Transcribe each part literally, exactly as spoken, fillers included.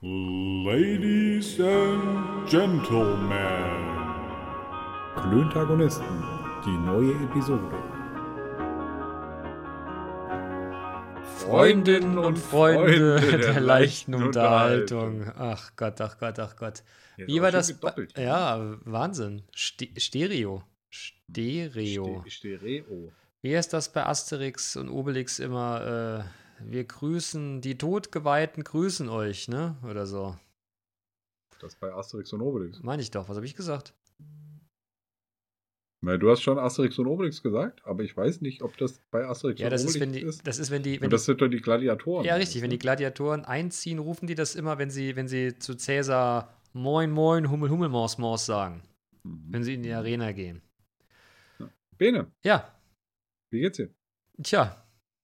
Ladies and Gentlemen. Klöntagonisten, die neue Episode. Freundinnen und Freunde, Freunde der, leichten Unterhaltung. Ach Gott, ach Gott, ach Gott. Ja, Wie aber war schön das? Ba- gedoppelt. ja, Wahnsinn. Ste Stereo. Stereo. Ste Stereo. Wie heißt das bei Asterix und Obelix immer? Äh, wir grüßen, die Todgeweihten grüßen euch, ne? Oder so. Das bei Asterix und Obelix. Meine ich doch. Was habe ich gesagt? Na, du hast schon Asterix und Obelix gesagt, aber ich weiß nicht, ob das bei Asterix Ja, und das Obelix ist, wenn die, ist. das ist, wenn die, wenn Und das die, sind doch die Gladiatoren. ja, richtig, wenn die Gladiatoren einziehen, rufen die das immer, wenn sie, wenn sie zu Cäsar Moin, Moin, Hummel, Hummel, Maus, Maus sagen. Mhm. Wenn sie in die Arena gehen. Bene, Ja, wie geht's dir? tja.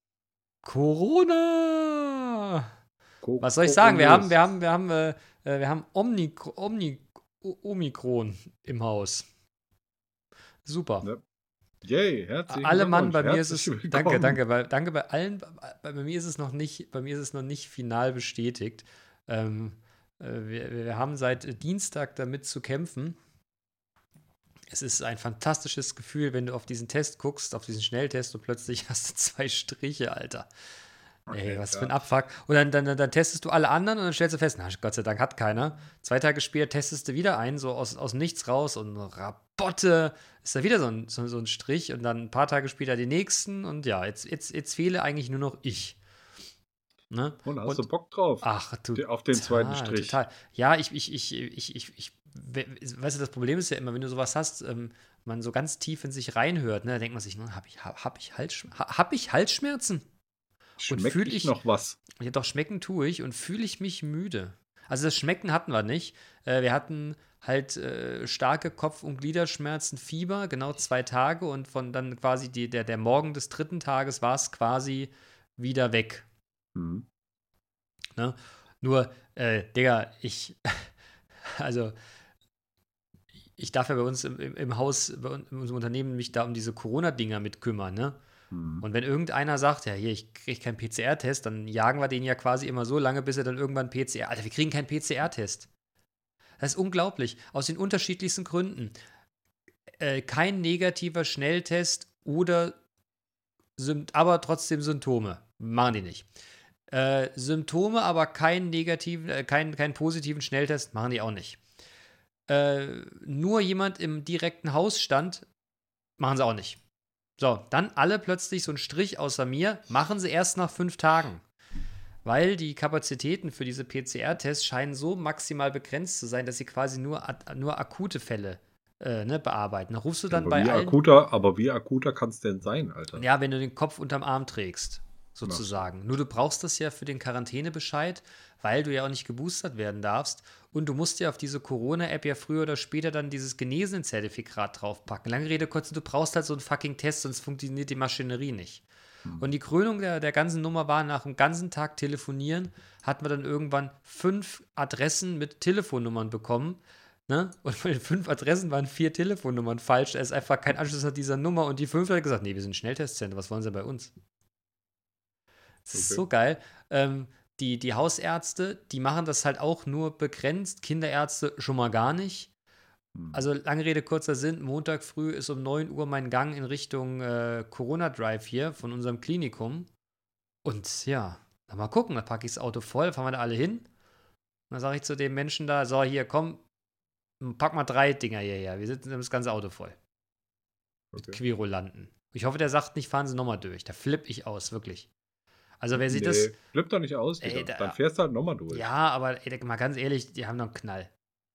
Corona! Co Was soll ich sagen? Wir haben, wir haben, wir haben, äh, äh, wir haben Omni, Omni, O- Omikron im Haus. Super. Ja. Yay, herzlichen Alle Mann, Glückwunsch. bei mir ist es. Herzlich Danke, willkommen. danke. Bei, danke bei allen. Bei, bei mir ist es noch nicht, bei mir ist es noch nicht final bestätigt. Ähm, äh, wir, wir haben seit Dienstag damit zu kämpfen. Es ist ein fantastisches Gefühl, wenn du auf diesen Test guckst, auf diesen Schnelltest und plötzlich hast du zwei Striche, Alter. Okay, Ey, was ja. für ein Abfuck. Und dann, dann, dann testest du alle anderen und dann stellst du fest, na, Gott sei Dank hat keiner. Zwei Tage später testest du wieder einen, so aus, aus dem Nichts raus und Rabotte, ist da wieder so ein, so, so ein Strich und dann ein paar Tage später die nächsten und ja, jetzt, jetzt, jetzt fehle eigentlich nur noch ich. Ne? Und hast Und- du Bock drauf? Ach, du. Die- auf den zweiten Strich. Total. Ja, ich, ich, ich, ich, ich, ich, we- weißt du, das Problem ist ja immer, wenn du sowas hast, ähm, man so ganz tief in sich reinhört, ne, da denkt man sich, ne, hab ich, hab, hab ich Halsschmerzen? Hab ich Halsschmerzen? Schmeckt fühl dich ich- noch was? Ja, doch, schmecken tue ich und fühle ich mich müde. Also das Schmecken hatten wir nicht. Äh, wir hatten halt äh, starke Kopf- und Gliederschmerzen, Fieber, genau zwei Tage und von dann quasi die, der, der Morgen des dritten Tages war es quasi wieder weg. Mhm. Ne? Nur, äh, Digga, ich, also, ich darf ja bei uns im, im, im Haus, bei uns, in unserem Unternehmen mich da um diese Corona-Dinger mit kümmern, ne? Mhm. Und wenn irgendeiner sagt, ja, hier, ich kriege keinen P C R-Test, dann jagen wir den ja quasi immer so lange, bis er dann irgendwann P C R. Alter, wir kriegen keinen P C R-Test. Das ist unglaublich. Aus den unterschiedlichsten Gründen. Äh, kein negativer Schnelltest oder Sympt aber trotzdem Symptome. Machen die nicht. Äh, Symptome, aber keinen negativen, äh, keinen, keinen positiven Schnelltest, machen die auch nicht. Äh, nur jemand im direkten Hausstand, machen sie auch nicht. So, dann alle plötzlich so einen Strich außer mir, machen sie erst nach fünf Tagen. Weil die Kapazitäten für diese P C R-Tests scheinen so maximal begrenzt zu sein, dass sie quasi nur, a- nur akute Fälle äh, ne, bearbeiten. Da rufst du dann aber, bei wie allen. akuter, aber wie akuter kann es denn sein, Alter? Ja, wenn du den Kopf unterm Arm trägst, sozusagen. Nur du brauchst das ja für den Quarantänebescheid, weil du ja auch nicht geboostert werden darfst. Und du musst ja auf diese Corona-App ja früher oder später dann dieses Genesenen-Zertifikat draufpacken. Lange Rede, kurz, du brauchst halt so einen fucking Test, sonst funktioniert die Maschinerie nicht. Hm. Und die Krönung der, der ganzen Nummer war, nach einem ganzen Tag telefonieren, hatten wir dann irgendwann fünf Adressen mit Telefonnummern bekommen. Ne? Und von den fünf Adressen waren vier Telefonnummern falsch. Da ist einfach kein Anschluss an dieser Nummer. Und die fünf hat gesagt, nee, wir sind Schnelltestzentrum, was wollen sie bei uns? Das ist Okay. so geil. Ähm, die, die Hausärzte, die machen das halt auch nur begrenzt. Kinderärzte schon mal gar nicht. Hm. Also lange Rede, kurzer Sinn. Montag früh ist um neun Uhr mein Gang in Richtung äh, Corona-Drive hier von unserem Klinikum. Und ja, dann mal gucken. Da packe ich das Auto voll, fahren wir da alle hin. Und dann sage ich zu dem Menschen da, so hier, komm, pack mal drei Dinger hierher. Wir sitzen das ganze Auto voll. Mit Okay. Querulanten. Ich hoffe, der sagt nicht, fahren Sie nochmal durch. Da flippe ich aus, wirklich. Also wer sieht nee, das. flippt doch nicht aus, Ey, Digga. da- Dann fährst du halt nochmal durch. Ja, aber ey, mal ganz ehrlich, die haben doch einen Knall.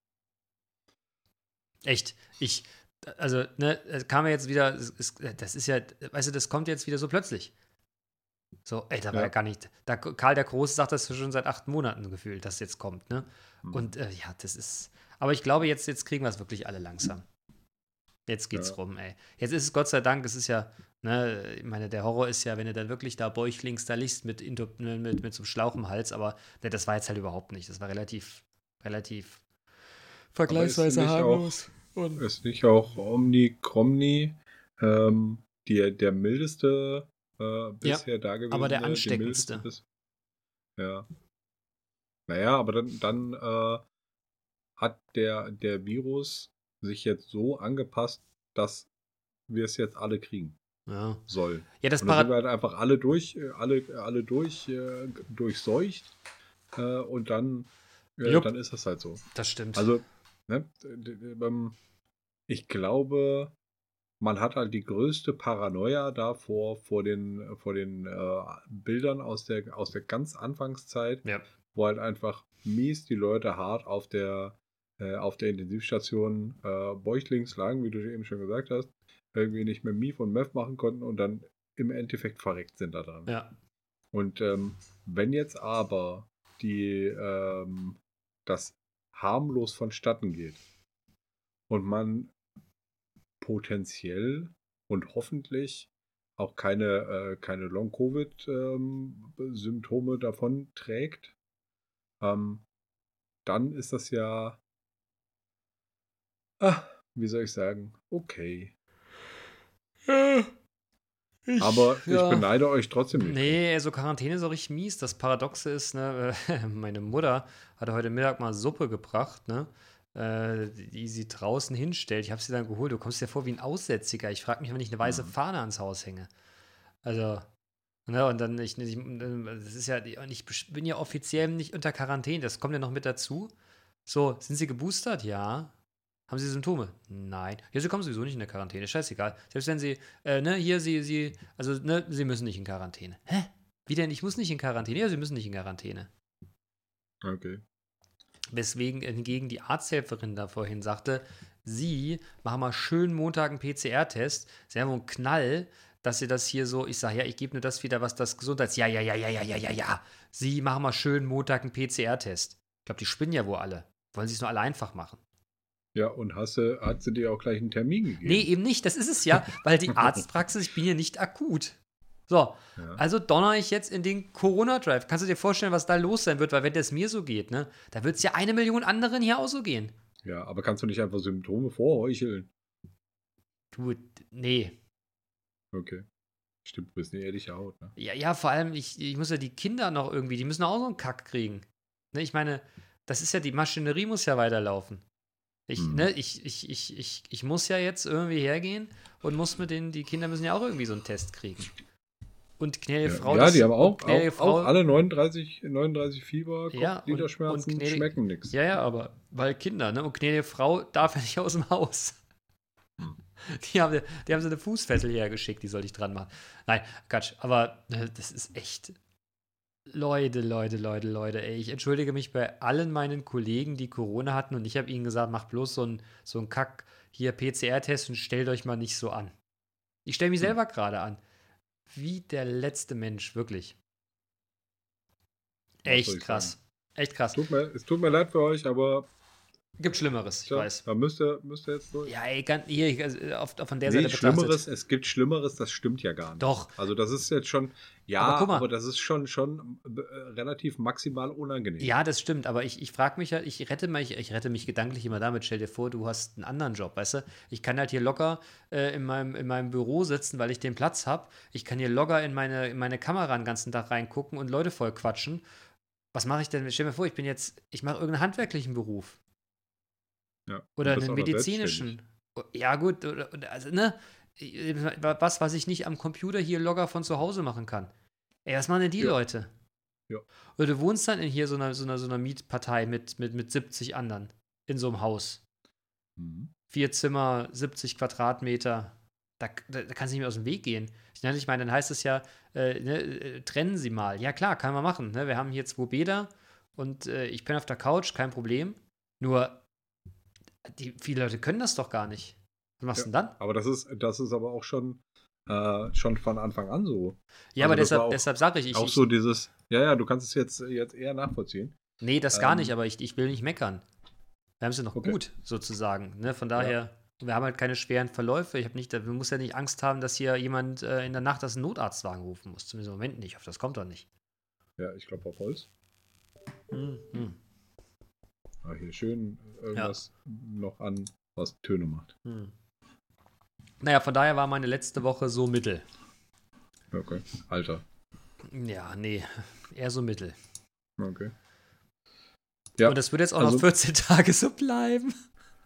Echt. Ich, also, ne, es kam ja jetzt wieder, es, es, das ist ja, weißt du, das kommt jetzt wieder so plötzlich. So, ey, da war Ja. ja gar nicht. Da, Karl der Große sagt das schon seit acht Monaten gefühlt, dass jetzt kommt, ne? Hm. Und äh, ja, das ist. Aber ich glaube, jetzt, jetzt kriegen wir es wirklich alle langsam. Jetzt geht's Ja. rum, ey. Jetzt ist es Gott sei Dank, es ist ja, ne, ich meine, der Horror ist ja, wenn du dann wirklich da bäuchlings da liegst mit, Into, ne, mit, mit so einem Schlauch im Hals, aber ne, das war jetzt halt überhaupt nicht. Das war relativ, relativ vergleichsweise nicht harmlos. Und Ist nicht auch Omni Cromni ähm, die, der mildeste äh, bisher da gewesen? aber der die ansteckendste. mildeste Bis ja. Naja, aber dann, dann äh, hat der, der Virus sich jetzt so angepasst, dass wir es jetzt alle kriegen Ja. sollen. Ja, das Und dann sind wir Parad halt einfach alle durch, äh, alle, alle durch, äh, durchseucht äh, und dann, äh, Jupp, dann ist das halt so. das stimmt. Also, ne, d- d- ähm, ich glaube, man hat halt die größte Paranoia davor vor den, vor den äh, Bildern aus der, aus der ganz Anfangszeit, ja. wo halt einfach mies die Leute hart auf der, äh, auf der Intensivstation äh, bäuchlings lagen, wie du eben schon gesagt hast, irgendwie nicht mehr Mief und Meth machen konnten und dann im Endeffekt verreckt sind da dran. Ja. Und ähm, wenn jetzt aber die, ähm, das harmlos vonstatten geht und man potenziell und hoffentlich auch keine, äh, keine Long-Covid-Symptome davon trägt, ähm, dann ist das ja, ah, wie soll ich sagen, okay. Ja, ich, Aber ich ja. beneide euch trotzdem nicht. Nee, so Quarantäne ist auch richtig mies. Das Paradoxe ist, ne, meine Mutter hatte heute Mittag mal Suppe gebracht, ne, äh, die sie draußen hinstellt. Ich habe sie dann geholt. Du kommst dir vor wie ein Aussätziger. Ich frage mich, wenn ich eine weiße Mhm. Fahne ans Haus hänge. Also, ne, und dann, ich, ich, das ist ja, und ich bin ja offiziell nicht unter Quarantäne. Das kommt ja noch mit dazu. So, sind Sie geboostert? Ja. Haben Sie Symptome? Nein. Ja, Sie kommen sowieso nicht in der Quarantäne. Scheißegal. Selbst wenn Sie, äh, ne, hier, Sie, Sie, also, ne, Sie müssen nicht in Quarantäne. Hä? Wie denn? Ich muss nicht in Quarantäne? Ja, Sie müssen nicht in Quarantäne. Okay. Weswegen hingegen die Arzthelferin da vorhin sagte, Sie machen mal schön Montag einen P C R-Test. Sie haben einen Knall, dass Sie das hier so, ich sage, ja, ich gebe nur das wieder, was das Gesundheits... Ja, ja, ja, ja, ja, ja, ja, ja. Sie machen mal schön Montag einen P C R-Test. Ich glaube, die spinnen ja wohl alle. Wollen Sie es nur alle einfach machen. Ja, und hast du, hat sie dir auch gleich einen Termin gegeben? Nee, eben nicht. Das ist es ja, weil die Arztpraxis, ich bin ja nicht akut. So, Ja. also donner ich jetzt in den Corona-Drive. Kannst du dir vorstellen, was da los sein wird? Weil wenn das mir so geht, ne, da wird es ja eine Million anderen hier auch so gehen. Ja, aber kannst du nicht einfach Symptome vorheucheln? Du, nee. Okay. Stimmt, du bist eine ehrliche Haut, ne? Ja, ja, vor allem, ich, ich muss ja die Kinder noch irgendwie, die müssen auch so einen Kack kriegen. Ne, ich meine, das ist ja, die Maschinerie muss ja weiterlaufen. Ich, Mhm. ne, ich, ich, ich, ich, ich muss ja jetzt irgendwie hergehen und muss mit denen, die Kinder müssen ja auch irgendwie so einen Test kriegen. Und gnädige Ja, Frau, ja das, die haben auch, gnädige auch, Frau, auch alle neununddreißig, neununddreißig Fieber, ja, Kopf, und, und Gliederschmerzen, gnädige, schmecken nichts. ja, ja, aber weil Kinder, ne, und gnädige Frau darf ja nicht aus dem Haus. Hm. Die haben, die haben so eine Fußfessel hergeschickt, die soll ich dran machen. Nein, Quatsch, aber ne, das ist echt, Leute, Leute, Leute, Leute, ey, ich entschuldige mich bei allen meinen Kollegen, die Corona hatten und ich habe ihnen gesagt, macht bloß so ein, so ein Kack, hier P C R-Test und stellt euch mal nicht so an. Ich stelle mich Hm. selber gerade an. Wie der letzte Mensch, wirklich. Was soll Echt ich krass. sagen? Echt krass. Tut mir, es tut mir leid für euch, aber Gibt Schlimmeres, ich tja, weiß. da müsst ihr, müsst ihr jetzt durch. Ja, ey, ganz, hier, also, auf, von der Nee, Seite betrachtet. Schlimmeres, es gibt Schlimmeres, das stimmt ja gar nicht. Doch. Also das ist jetzt schon, ja, Aber guck mal. aber das ist schon, schon äh, relativ maximal unangenehm. Ja, das stimmt, aber ich, ich frage mich ja, ich rette mich, ich rette mich gedanklich immer damit, stell dir vor, du hast einen anderen Job, weißt du? Ich kann halt hier locker äh, in, meinem, in meinem Büro sitzen, weil ich den Platz habe. Ich kann hier locker in meine, in meine Kamera den ganzen Tag reingucken und Leute voll quatschen. Was mache ich denn? Stell mir vor, ich bin jetzt, ich mache irgendeinen handwerklichen Beruf. Ja, Oder du bist einen auch noch medizinischen. Ja, gut, oder, oder, also, ne? Was, was ich nicht am Computer hier locker von zu Hause machen kann. Ey, was machen denn die Ja. Leute? Ja. Oder du wohnst dann in hier so einer, so einer, so einer Mietpartei mit, mit, mit siebzig anderen in so einem Haus. Mhm. Vier Zimmer, siebzig Quadratmeter. Da, da, da kannst du nicht mehr aus dem Weg gehen. Ich, ich meine, dann heißt es ja, äh, ne, äh, trennen Sie mal. Ja, klar, kann man machen. Ne? Wir haben hier zwei Bäder und äh, ich bin auf der Couch, kein Problem. Nur, die, viele Leute können das doch gar nicht. Was machst du Ja. denn dann? Aber das ist, das ist aber auch schon, äh, schon von Anfang an so. Ja, Also aber das war deshalb, auch- deshalb sage ich, ich, Auch ich so dieses, ja, ja, du kannst es jetzt, jetzt eher nachvollziehen. nee, das gar ähm, nicht, aber ich, ich will nicht meckern. Wir haben es ja noch Okay. gut, sozusagen. Ne? Von daher, wir haben halt keine schweren Verläufe. Ich habe nicht, wir müssen ja nicht Angst haben, dass hier jemand äh, in der Nacht das einen Notarztwagen rufen muss. Zumindest im Moment nicht. Ich hoffe, das kommt doch nicht. Ja, ich glaube auf Holz. Hm, hm, Ah, hier schön irgendwas noch an, was Töne macht. hm. Naja, von daher war meine letzte Woche so mittel. Okay. Alter. Ja, nee, eher so mittel. Okay. Ja. Und das wird jetzt auch also, noch vierzehn Tage so bleiben.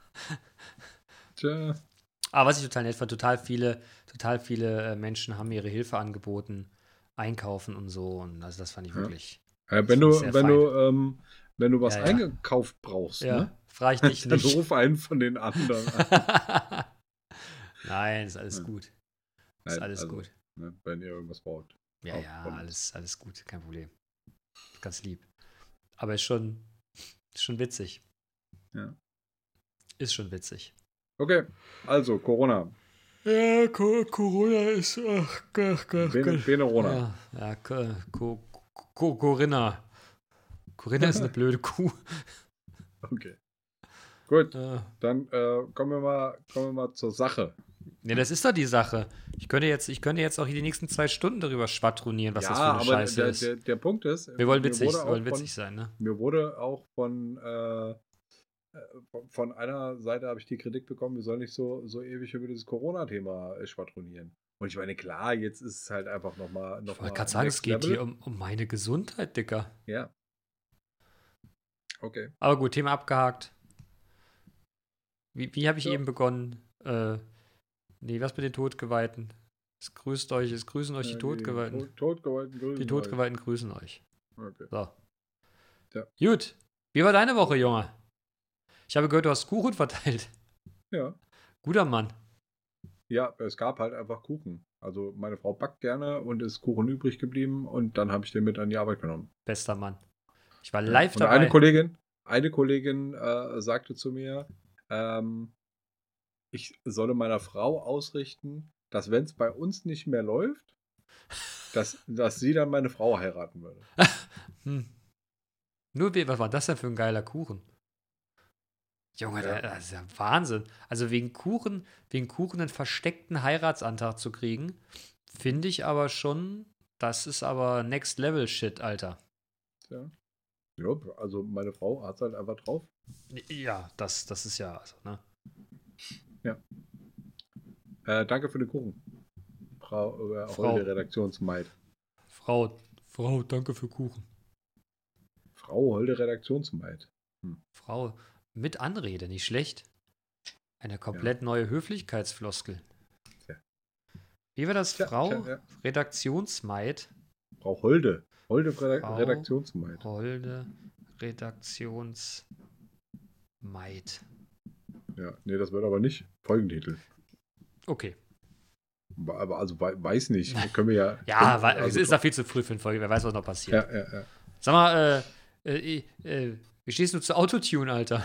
Tja. Aber was ich total nett fand, total viele, total viele äh, Menschen haben ihre Hilfe angeboten, einkaufen und so. Und also das fand ich Ja. wirklich. Ja, das wenn fand du, ich sehr wenn fein. du, ähm, wenn du was Ja, ja. eingekauft brauchst, Ja, ne? frage ich dich Dann nicht. ruf einen von den anderen an. Nein, ist alles Ja. gut. Ist Nein, alles also, gut. ne, wenn ihr irgendwas braucht. Ja, Auch ja, von uns. alles, alles gut, kein Problem. Ganz lieb. Aber ist schon, ist schon witzig. Ja. Ist schon witzig. Okay, also Corona. Ja, Co Corona ist. Ach, ach, ach, Bene, Benerona. Ja, ja Co Co Co Corinna. Corinna ist eine blöde Kuh. Okay. Gut, Äh, dann äh, kommen, wir mal, kommen wir mal zur Sache. ne, das ist doch die Sache. Ich könnte jetzt, ich könnte jetzt auch hier die nächsten zwei Stunden darüber schwadronieren, was ja, das für eine aber Scheiße der, ist. der, der Punkt ist, Wir wollen mir witzig, wurde wir auch wollen von, witzig sein, ne? Mir wurde auch von, äh, von einer Seite habe ich die Kritik bekommen, wir sollen nicht so, so ewig über dieses Corona-Thema äh, schwadronieren. Und ich meine, klar, jetzt ist es halt einfach nochmal noch Ich wollte mal gerade sagen, es Next geht Level. hier um, um meine Gesundheit, Dicker. Ja. Okay. Aber gut, Thema abgehakt. Wie, wie habe ich Ja. eben begonnen? Äh, nee, was mit den Todgeweihten? Es grüßt euch, es grüßen euch die Äh, Todgeweihten. Tod- Todgeweihten grüßen Die euch. Todgeweihten grüßen euch. Okay. So. Ja. Gut. Wie war deine Woche, Junge? Ich habe gehört, du hast Kuchen verteilt. Ja. Guter Mann. Ja, es gab halt einfach Kuchen. Also meine Frau backt gerne und ist Kuchen übrig geblieben und dann habe ich den mit an die Arbeit genommen. Bester Mann. Ich war Ja. live Und dabei. eine Kollegin, eine Kollegin äh, sagte zu mir, ähm, ich solle meiner Frau ausrichten, dass wenn es bei uns nicht mehr läuft, dass, dass sie dann meine Frau heiraten würde. hm. Nur wie, was war das denn für ein geiler Kuchen? Junge, Ja. das ist ja Wahnsinn. Also wegen Kuchen, wegen Kuchen einen versteckten Heiratsantrag zu kriegen, finde ich aber schon, das ist aber Next Level Shit, Alter. Ja. Ja, also meine Frau hat es halt einfach drauf. Ja, das, das ist ja, also, ne? Ja. Äh, danke für den Kuchen. Frau, äh, Frau. Holde Redaktionsmaid. Frau, Frau, danke für Kuchen. Frau Holde Redaktionsmaid. Frau, mit Anrede, nicht schlecht. Eine komplett neue Höflichkeitsfloskel. Tja. Wie war das? Tja, Frau? tja, ja. Redaktionsmaid? Frau Holde. Holde Reda Frau Redaktionsmaid. Holde Redaktionsmaid. Ja, nee, das wird aber nicht Folgentitel. Okay. Aber also wei- weiß nicht. Können wir ja. Ja, können, weil, also, es ist da viel zu früh für eine Folge. Wer weiß, was noch passiert. Ja, ja, ja. Sag mal, äh, äh, äh, wie stehst du zu Autotune, Alter?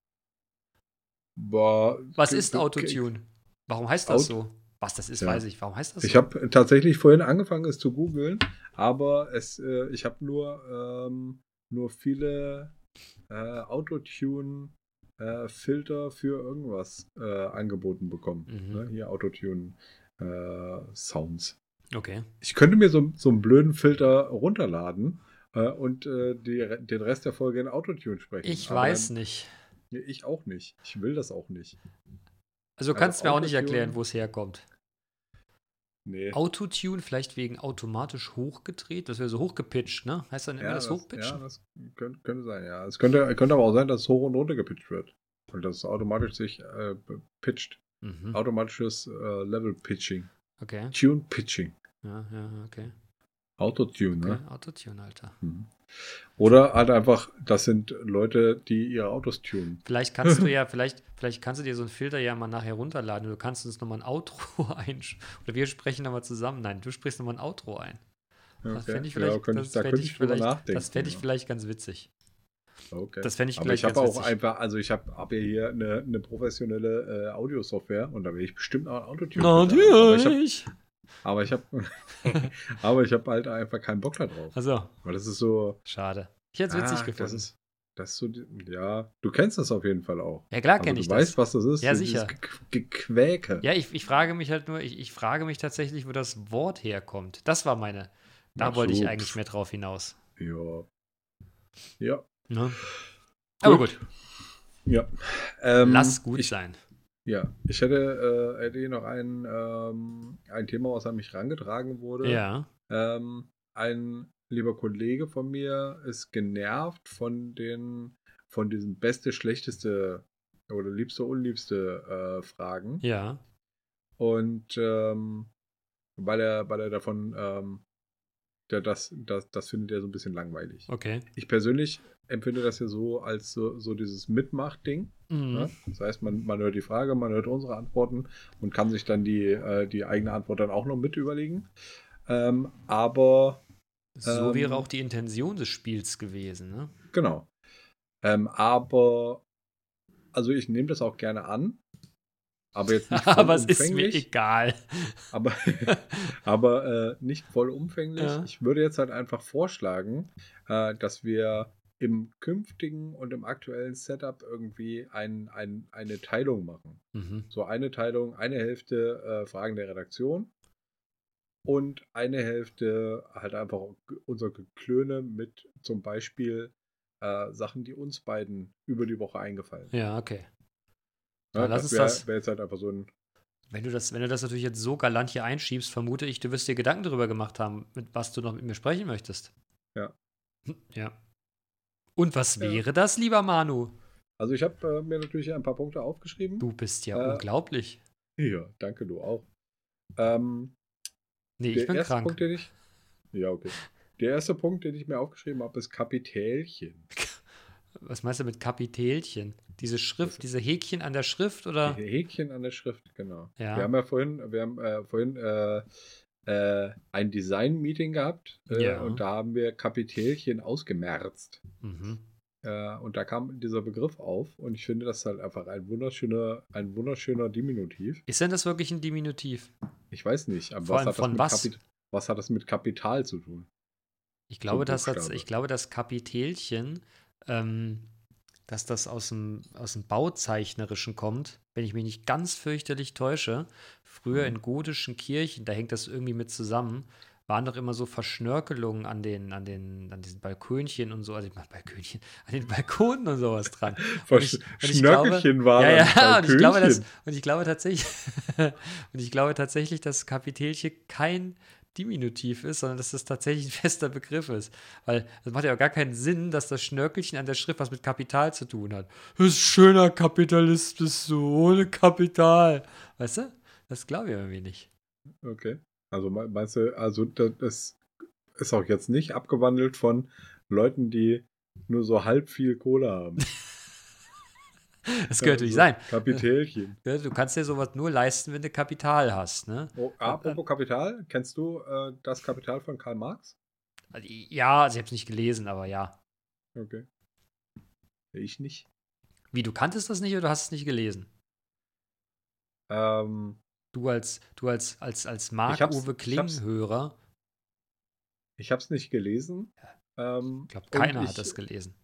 Boah, Was ge- ist ge- Autotune? Warum heißt das Aut- so? Was das ist, Ja. weiß ich. Warum heißt das so? Ich habe tatsächlich vorhin angefangen, es zu googeln, aber es, äh, ich habe nur, ähm, nur viele äh, Autotune-Filter für irgendwas äh, angeboten bekommen. Mhm. Ne? Hier Autotune-Sounds. Okay. Ich könnte mir so, so einen blöden Filter runterladen äh, und äh, die, den Rest der Folge in Autotune sprechen. Ich Aber weiß dann, nicht. nee, ich auch nicht. Ich will das auch nicht. Also du kannst Also mir auch nicht Autotune- erklären, wo es herkommt. Nee. Autotune, vielleicht wegen automatisch hochgedreht, das wäre so hochgepitcht, ne? Heißt dann immer Ja, das, das, Hochpitchen? ja, das könnte, könnte sein, ja. Es könnte, könnte aber auch sein, dass es hoch und runter gepitcht wird. Und dass es automatisch sich äh, pitcht. Mhm. Automatisches äh, Level-Pitching. Okay. Tune-Pitching. Ja, ja, okay. Autotune, okay. ne? Autotune, Alter. Mhm. Oder halt einfach, das sind Leute, die ihre Autos tunen. Vielleicht kannst du ja, vielleicht, vielleicht kannst du dir so einen Filter ja mal nachher runterladen. Du kannst uns nochmal ein Outro einsch... Oder wir sprechen nochmal zusammen. Nein, du sprichst nochmal ein Outro ein. Das Okay. fände ich Ja, vielleicht, könnte das ich, da fänd könnte ich ich drüber vielleicht, nachdenken. das fände ich ja. vielleicht ganz witzig. Okay. Das fände ich Aber vielleicht ich habe ganz auch witzig. einfach, also ich habe hab ja hier eine, eine professionelle äh, Audiosoftware und da will ich bestimmt auch ein Autotune. Natürlich. Aber ich habe aber ich habe halt einfach keinen Bock da drauf. Also, Weil das ist so. schade. Ich hätte es witzig ah, gefunden. Das ist, das ist so, die- ja, du kennst das auf jeden Fall auch. Ja, klar Also kenne du ich weißt, das. was das ist. Ja, so dieses sicher. Ge- Gequäke. Ja, ich, ich frage mich halt nur, ich, ich frage mich tatsächlich, wo das Wort herkommt. Das war meine. Da Ach wollte ich so, eigentlich pf. mehr drauf hinaus. Ja. Ja. Ne? Aber gut, Ja. Ähm, lass gut ich, sein. Ja, ich hätte, äh, hätte hier noch ein, ähm, ein Thema, was an mich herangetragen wurde. Ja. Ähm, ein lieber Kollege von mir ist genervt von den von diesen beste, schlechteste oder liebste, unliebste äh, Fragen. Ja. Und ähm, weil er, weil er davon, ähm, der, das, das, das findet er so ein bisschen langweilig. Okay. Ich persönlich empfinde das ja so als so, so dieses Mitmach-Ding. Mhm. Ne? Das heißt, man, man hört die Frage, man hört unsere Antworten und kann sich dann die, äh, die eigene Antwort dann auch noch mit überlegen. Ähm, aber So ähm, wäre auch die Intention des Spiels gewesen, ne? genau. Ähm, aber also ich nehme das auch gerne an, aber jetzt nicht Aber es ist mir vollumfänglich. egal. Aber, aber äh, nicht vollumfänglich. Ja. Ich würde jetzt halt einfach vorschlagen, äh, dass wir im künftigen und im aktuellen Setup irgendwie ein, ein, eine Teilung machen. Mhm. So eine Teilung, eine Hälfte äh, Fragen der Redaktion und eine Hälfte halt einfach unser Geklöne mit zum Beispiel äh, Sachen, die uns beiden über die Woche eingefallen sind. Ja, okay. Ja, Dann lass das uns das. wäre wär jetzt halt einfach so ein. Wenn du das, wenn du das natürlich jetzt so galant hier einschiebst, vermute ich, du wirst dir Gedanken darüber gemacht haben, mit was du noch mit mir sprechen möchtest. Ja. Hm, Ja. Und was Ja. wäre das, lieber Manu? Also ich habe äh, mir natürlich ein paar Punkte aufgeschrieben. Du bist ja Äh, unglaublich. Ja, danke, du auch. Ähm, Nee, ich der bin erste krank. Punkt, den ich. Ja, okay. Der erste Punkt, den ich mir aufgeschrieben habe, ist Kapitälchen. Was meinst du mit Kapitelchen? Diese Schrift, diese Häkchen an der Schrift oder? Die Häkchen an der Schrift, genau. Ja. Wir haben ja vorhin, wir haben äh, vorhin äh, äh, ein Design-Meeting gehabt äh, Ja. und da haben wir Kapitälchen ausgemerzt. Mhm. Äh, und da kam dieser Begriff auf und ich finde, das ist halt einfach ein wunderschöner, ein wunderschöner Diminutiv. Ist denn das wirklich ein Diminutiv? Ich weiß nicht, aber Vor was allem hat, das von mit was? Kapit- was hat das mit Kapital zu tun? Ich glaube, dass das, Buchstabe. ich glaube, das Kapitelchen, ähm, dass das aus dem, aus dem Bauzeichnerischen kommt, wenn ich mich nicht ganz fürchterlich täusche. Früher in gotischen Kirchen, da hängt das irgendwie mit zusammen, waren doch immer so Verschnörkelungen an den, an den, an diesen Balkönchen und so, also Balkönchen, an den Balkonen und sowas dran. Und ich- und ich Schnörkelchen glaube- war Ja, das ja, und ich glaube, dass, Balkönchen. und ich glaube tatsächlich, und ich glaube tatsächlich, dass Kapitelchen kein Diminutiv ist, sondern dass das tatsächlich ein fester Begriff ist. Weil das macht ja auch gar keinen Sinn, dass das Schnörkelchen an der Schrift was mit Kapital zu tun hat. Das ist schöner Kapitalismus, so ohne Kapital. Weißt du? Das glaube ich irgendwie nicht. Okay. Also me- meinst du, also da- das ist auch jetzt nicht abgewandelt von Leuten, die nur so halb viel Kohle haben. Das könnte nicht so sein. Kapitälchen. Ja, du kannst dir sowas nur leisten, wenn du Kapital hast. Ne? Oh, apropos Kapital, kennst du äh, das Kapital von Karl Marx? Also, ja, also ich habe es nicht gelesen, aber ja. Okay. Ich nicht. Wie, du kanntest das nicht oder hast es nicht gelesen? Ähm, Du als, du als, als, als Ich hab's- Marc-Uwe ich hab's- Kling-Hörer, ich habe es nicht gelesen. Ähm, ich glaube, und keiner ich, hat das gelesen.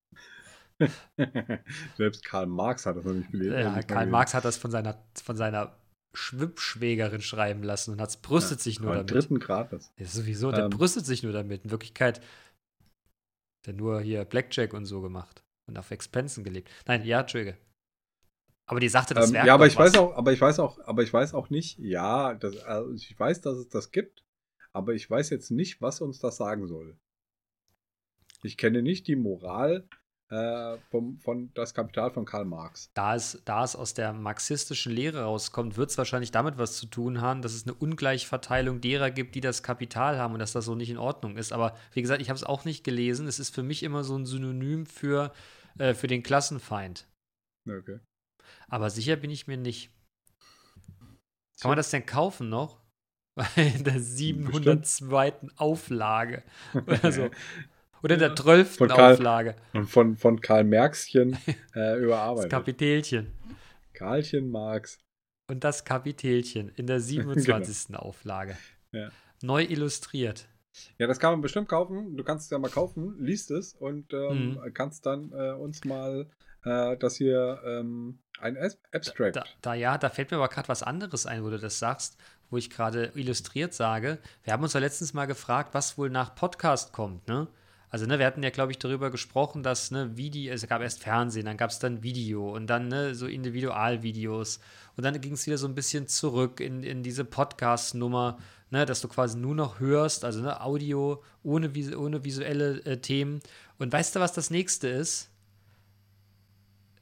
Selbst Karl Marx hat das noch nicht gelesen. Ja, Also ich Karl meine, Marx hat das von seiner, von seiner Schwimmschwägerin schreiben lassen und hat brüstet sich nur aber damit. dritten Grades. Ja, sowieso, der Ähm. brüstet sich nur damit. In Wirklichkeit hat er nur hier Blackjack und so gemacht und auf Expensen gelebt. Nein, ja, Entschuldige. Aber die sagte, das Ähm, wäre ja, aber doch ich was. weiß auch, aber ich weiß auch, aber ich weiß auch nicht, ja, das, also ich weiß, dass es das gibt, aber ich weiß jetzt nicht, was uns das sagen soll. Ich kenne nicht die Moral äh, vom, von das Kapital von Karl Marx. Da es, da es aus der marxistischen Lehre rauskommt, wird es wahrscheinlich damit was zu tun haben, dass es eine Ungleichverteilung derer gibt, die das Kapital haben und dass das so nicht in Ordnung ist. Aber wie gesagt, ich habe es auch nicht gelesen. Es ist für mich immer so ein Synonym für, äh, für den Klassenfeind. Okay. Aber sicher bin ich mir nicht. Kann man das denn kaufen noch? In der siebenhundertzweiten Auflage oder so. Oder in der Ja. zwölften Von Karl- Auflage. Und von, von Karl Marxchen äh, Das überarbeitet. Kapitelchen. Karlchen Marx. Und das Kapitelchen in der siebenundzwanzigsten Auflage. Ja. Neu illustriert. Ja, das kann man bestimmt kaufen. Du kannst es ja mal kaufen, liest es und ähm, Mhm. kannst dann äh, uns mal äh, das hier ähm, ein As- Abstract. Da, da ja, da fällt mir aber gerade was anderes ein, wo du das sagst, wo ich gerade illustriert sage. Wir haben uns ja letztens mal gefragt, was wohl nach Podcast kommt, ne? Also, ne, wir hatten ja, glaube ich, darüber gesprochen, dass, ne, Video, es gab erst Fernsehen, dann gab es dann Video und dann, ne, so Individualvideos. Und dann ging es wieder so ein bisschen zurück in, in diese Podcast-Nummer, ne, dass du quasi nur noch hörst, also ne, Audio ohne, vis ohne visuelle äh, Themen. Und weißt du, was das nächste ist?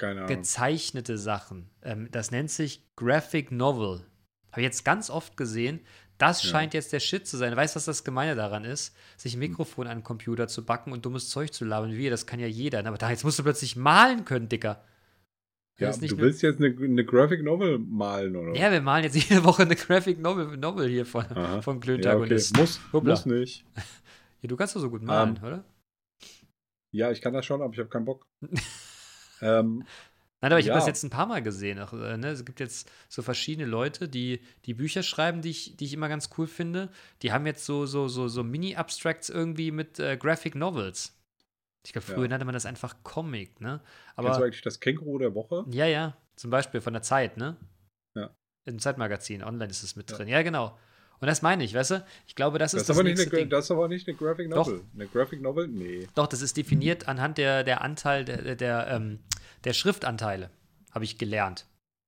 Keine Ahnung. gezeichnete Sachen. Ähm, das nennt sich Graphic Novel. Habe ich jetzt ganz oft gesehen. Das Ja. scheint jetzt der Shit zu sein. Weißt du, was das Gemeine daran ist? Sich ein Mikrofon an den Computer zu backen und dummes Zeug zu labern. Wie, das kann ja jeder. Aber da, jetzt musst du plötzlich malen können, Dicker. Ja, Das ist nicht du nur- willst jetzt eine, eine Graphic Novel malen, oder? Ja, wir malen jetzt jede Woche eine Graphic Novel, Novel hier von, Aha. von Ja, okay. Klöntagonist. Muss, Hoppla. muss nicht. Ja, du kannst doch so gut malen, Ähm, oder? Ja, ich kann das schon, aber ich habe keinen Bock. ähm, Nein, aber ich habe ja. das jetzt ein paar Mal gesehen. Auch, äh, ne? Es gibt jetzt so verschiedene Leute, die, die Bücher schreiben, die ich, die ich immer ganz cool finde. Die haben jetzt so, so, so, so Mini-Abstracts irgendwie mit äh, Graphic Novels. Ich glaube, früher Ja. nannte man das einfach Comic, ne? Kennst du Aber eigentlich das Känguru der Woche? ja, ja, zum Beispiel von der Zeit, ne? Ja. Im Zeitmagazin, online ist es mit Ja. drin. Ja, genau. Und das meine ich, weißt du? Ich glaube, das Das ist ist, das, aber nicht nächste eine, Ding. das ist aber nicht eine Graphic Doch. Novel. Eine Graphic Novel? Nee. Doch, das ist definiert anhand der, der Anteil der, der, der, ähm, der Schriftanteile, habe ich gelernt.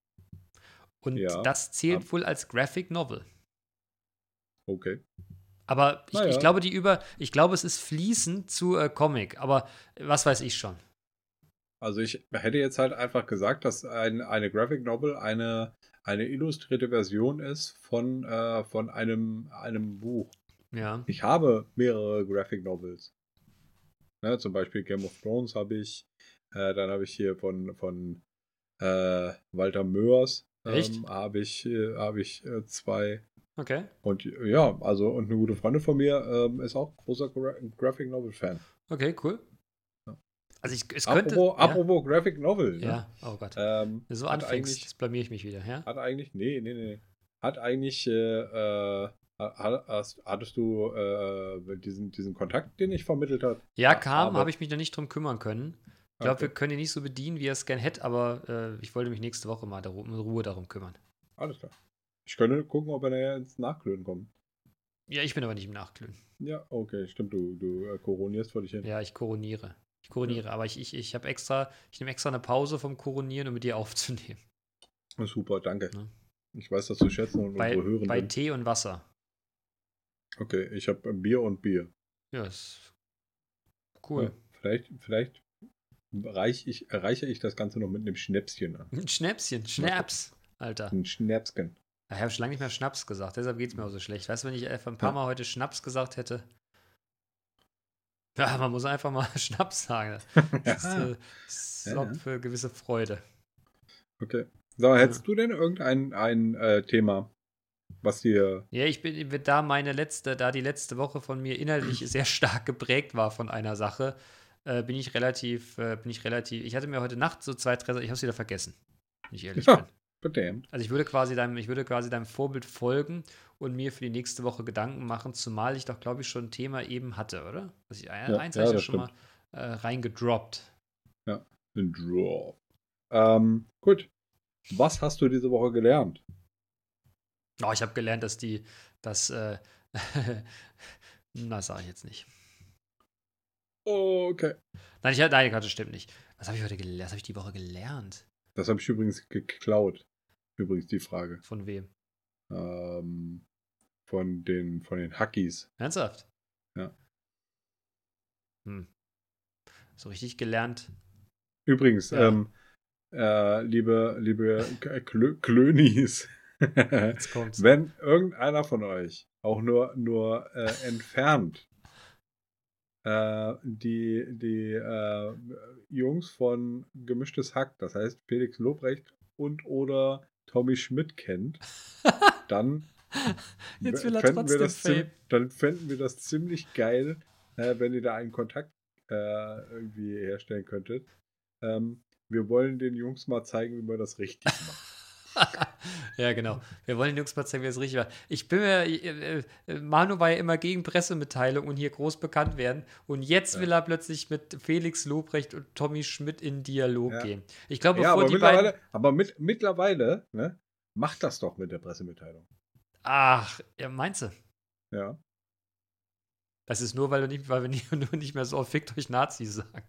Und Ja, das zählt ab- wohl als Graphic Novel. Okay. Aber ich, Naja. ich glaube, die über, ich glaube, es ist fließend zu äh, Comic, aber was weiß ich schon. Also ich hätte jetzt halt einfach gesagt, dass ein, eine Graphic Novel eine, eine illustrierte Version ist von, äh, von einem, einem Buch. Ja. Ich habe mehrere Graphic Novels. Ne, zum Beispiel Game of Thrones habe ich. Äh, dann habe ich hier von, von äh, Walter Mörs Echt? ähm, habe ich, äh, habe ich äh, zwei. Okay. Und ja, also und eine gute Freundin von mir ähm, ist auch großer Gra Graphic Novel Fan. Okay, cool. Ja. Also ich, es könnte. Apropos, ja, apropos Graphic Novel. Ne? ja, oh Gott. Ähm, Wenn du so hat anfängst, eigentlich- jetzt blamier ich mich wieder, ja? Hat eigentlich, nee, nee, nee. Hat eigentlich, äh, äh, hat, hast, hattest du äh, diesen, diesen Kontakt, den ich vermittelt habe? Ja, kam, aber- habe ich mich noch nicht drum kümmern können. Ich glaube, Okay. wir können ihn nicht so bedienen, wie er es gern hätte, aber äh, ich wollte mich nächste Woche mal darum, in Ruhe darum kümmern. Alles klar. Ich könnte gucken, ob er nachher ins Nachklönen kommt. Ja, ich bin aber nicht im Nachglühen. Ja, okay, stimmt, du, du äh, koronierst vor dich hin. Ja, ich koroniere. Ich koroniere, aber ich, ich, ich habe extra, ich nehme extra eine Pause vom Koronieren, um mit dir aufzunehmen. Super, danke. Ja. Ich weiß das zu schätzen und Bei, unsere Hörenden. bei Tee und Wasser. Okay, ich habe Bier und Bier. Ja, ist cool. Ja, vielleicht, vielleicht reich ich, erreiche ich das Ganze noch mit einem Schnäpschen an. Ein Schnäpschen, Schnaps, Alter. Ein Schnäpsken. Ich habe schon lange nicht mehr Schnaps gesagt, deshalb geht es mir auch so schlecht. Weißt du, wenn ich einfach ein paar Ja. Mal heute Schnaps gesagt hätte? Ja, man muss einfach mal Schnaps sagen. Das, ist, äh, das Ja, sorgt ja. für gewisse Freude. Okay. So, hättest du denn irgendein ein, äh, Thema, was dir. Ja, ich bin bin da meine letzte, da die letzte Woche von mir inhaltlich sehr stark geprägt war von einer Sache, äh, bin ich relativ, äh, bin ich relativ, ich hatte mir heute Nacht so zwei, drei, ich habe es wieder vergessen, wenn ich ehrlich Ja. bin. Verdammt. Also ich würde quasi deinem, ich würde quasi deinem Vorbild folgen und mir für die nächste Woche Gedanken machen, zumal ich doch, glaube ich, schon ein Thema eben hatte, oder? Was ich, Ja, eins ja, habe ich ja das schon mal äh, reingedroppt. Ein Draw. Ähm, gut. Was hast du diese Woche gelernt? Oh, ich habe gelernt, dass die, dass, äh, na, sage ich jetzt nicht. Okay. Nein, ich, nein, Gott, das stimmt nicht. Was habe ich heute gelernt? Was habe ich die Woche gelernt? Das habe ich übrigens geklaut. Übrigens die Frage. Von wem? Ähm, von den, von den Hackies. Ernsthaft? Ja. Hm. So richtig gelernt. Übrigens, Ja. ähm, äh, liebe, liebe K- Klö Klönis, Jetzt kommt's. wenn irgendeiner von euch auch nur, nur äh, entfernt äh, die, die äh, Jungs von Gemischtes Hack, das heißt Felix Lobrecht und oder Tommy Schmidt kennt, dann Jetzt will er fänden wir trotzdem das ziem- Fame. dann fänden wir das ziemlich geil, äh, wenn ihr da einen Kontakt äh, irgendwie herstellen könntet. Ähm, wir wollen den Jungs mal zeigen, wie man das richtig macht. Ja, genau. Wir wollen den Jungs mal zeigen, wie es richtig war. Ich bin mir, äh, äh, Manu war ja immer gegen Pressemitteilungen und hier groß bekannt werden. Und jetzt Ja. will er plötzlich mit Felix Lobrecht und Tommy Schmidt in Dialog Ja. gehen. Ich glaube, Ja, bevor aber die beiden. mittlerweile, aber mit, mittlerweile ne, macht das doch mit der Pressemitteilung. Ach, ja, meinst du? Ja. Das ist nur, weil, du nicht, weil wir nicht, nur nicht mehr so oft fickt euch Nazis sagen.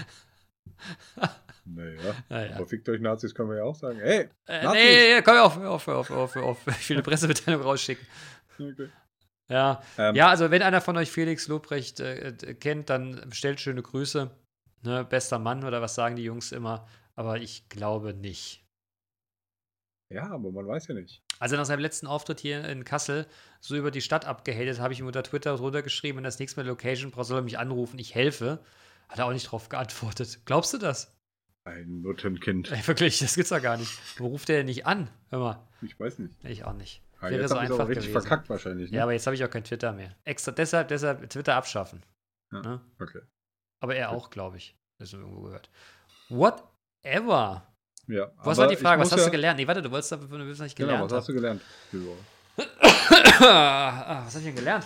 Naja. Naja. Aber fickt euch Nazis können wir ja auch sagen. Hey, Äh, Nazis. nee, nee, komm auf, hör auf, hör auf, hör auf, hör auf. Ich will eine Pressemitteilung rausschicken. Okay. Ja. Ähm, Ja, also wenn einer von euch Felix Lobrecht äh, äh, kennt, dann stellt schöne Grüße. Ne, bester Mann oder was sagen die Jungs immer. aber ich glaube nicht. Ja, aber man weiß ja nicht. Als er nach seinem letzten Auftritt hier in Kassel so über die Stadt abgehatet, habe ich ihm unter Twitter drunter geschrieben, wenn das nächste Mal Location braucht, soll er mich anrufen, ich helfe. Hat er auch nicht drauf geantwortet. Glaubst du das? Ein Nuttenkind. Ey, wirklich, das gibt's doch gar nicht. Warum ruft der denn nicht an? Hör mal. Ich weiß nicht. Ich auch nicht. Ja, Wäre jetzt so habe ich einfach aber richtig gewesen. verkackt wahrscheinlich. Ne? Ja, aber jetzt habe ich auch kein Twitter mehr. Extra deshalb, deshalb Twitter abschaffen. Ja, Ne? okay. Aber er auch, glaube ich. Das haben wir irgendwo gehört. Whatever. Ja, Was war die ich Frage? Was muss hast ja, du gelernt? Nee, warte, du wolltest aber du willst nicht Genau, gelernt was hast du haben. gelernt? diese Woche? Ah, was habe ich denn gelernt?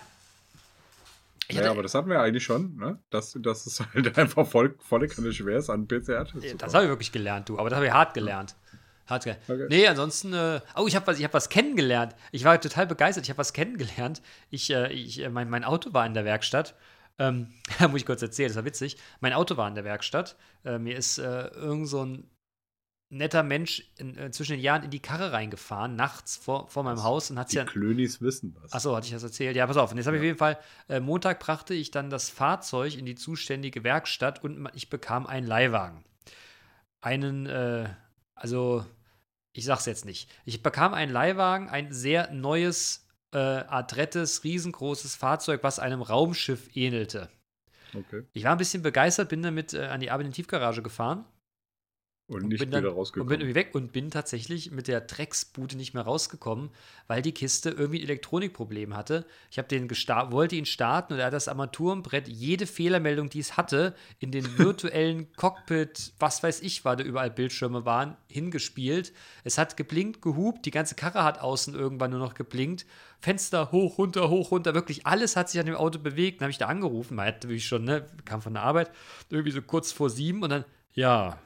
Ich Naja, hatte, aber das hatten wir eigentlich schon, ne? Dass, dass es halt einfach voll, volle Kanne schwer ist, an P C R-Tests zu das kommen. habe ich wirklich gelernt, du. Aber das habe ich hart gelernt. Hart gelernt. Okay. Nee, ansonsten, äh, oh, ich habe was, ich hab was kennengelernt. Ich war total begeistert. Ich habe was kennengelernt. Ich, äh, ich, äh, mein, mein Auto war in der Werkstatt. Ähm, da muss ich kurz erzählen, das war witzig. Mein Auto war in der Werkstatt. Äh, mir ist äh, irgend so ein netter Mensch in, äh, zwischen den Jahren in die Karre reingefahren, nachts vor, vor meinem Haus und hat Die ja. Klönis wissen was. Achso, hatte ich das erzählt? Ja, pass auf. Und jetzt habe ich Ja. auf jeden Fall, äh, Montag brachte ich dann das Fahrzeug in die zuständige Werkstatt und ma- ich bekam einen Leihwagen. Einen, äh, also, ich sag's jetzt nicht. Ich bekam einen Leihwagen, ein sehr neues, äh, adrettes, riesengroßes Fahrzeug, was einem Raumschiff ähnelte. Okay. Ich war ein bisschen begeistert, bin damit äh, an die Arbeit in die Tiefgarage gefahren. Und Und nicht bin wieder dann, und rausgekommen. bin irgendwie weg und bin tatsächlich mit der Drecksbude nicht mehr rausgekommen, weil die Kiste irgendwie ein Elektronikproblem hatte. Ich habe den gesta- wollte ihn starten und er hat das Armaturenbrett, jede Fehlermeldung, die es hatte, in den virtuellen Cockpit, was weiß ich, war da überall Bildschirme waren, hingespielt. Es hat geblinkt, gehupt, die ganze Karre hat außen irgendwann nur noch geblinkt. Fenster hoch, runter, hoch, runter, wirklich alles hat sich an dem Auto bewegt. Dann habe ich da angerufen, man hat natürlich schon, ne, kam von der Arbeit, irgendwie so kurz vor sieben und dann, ja,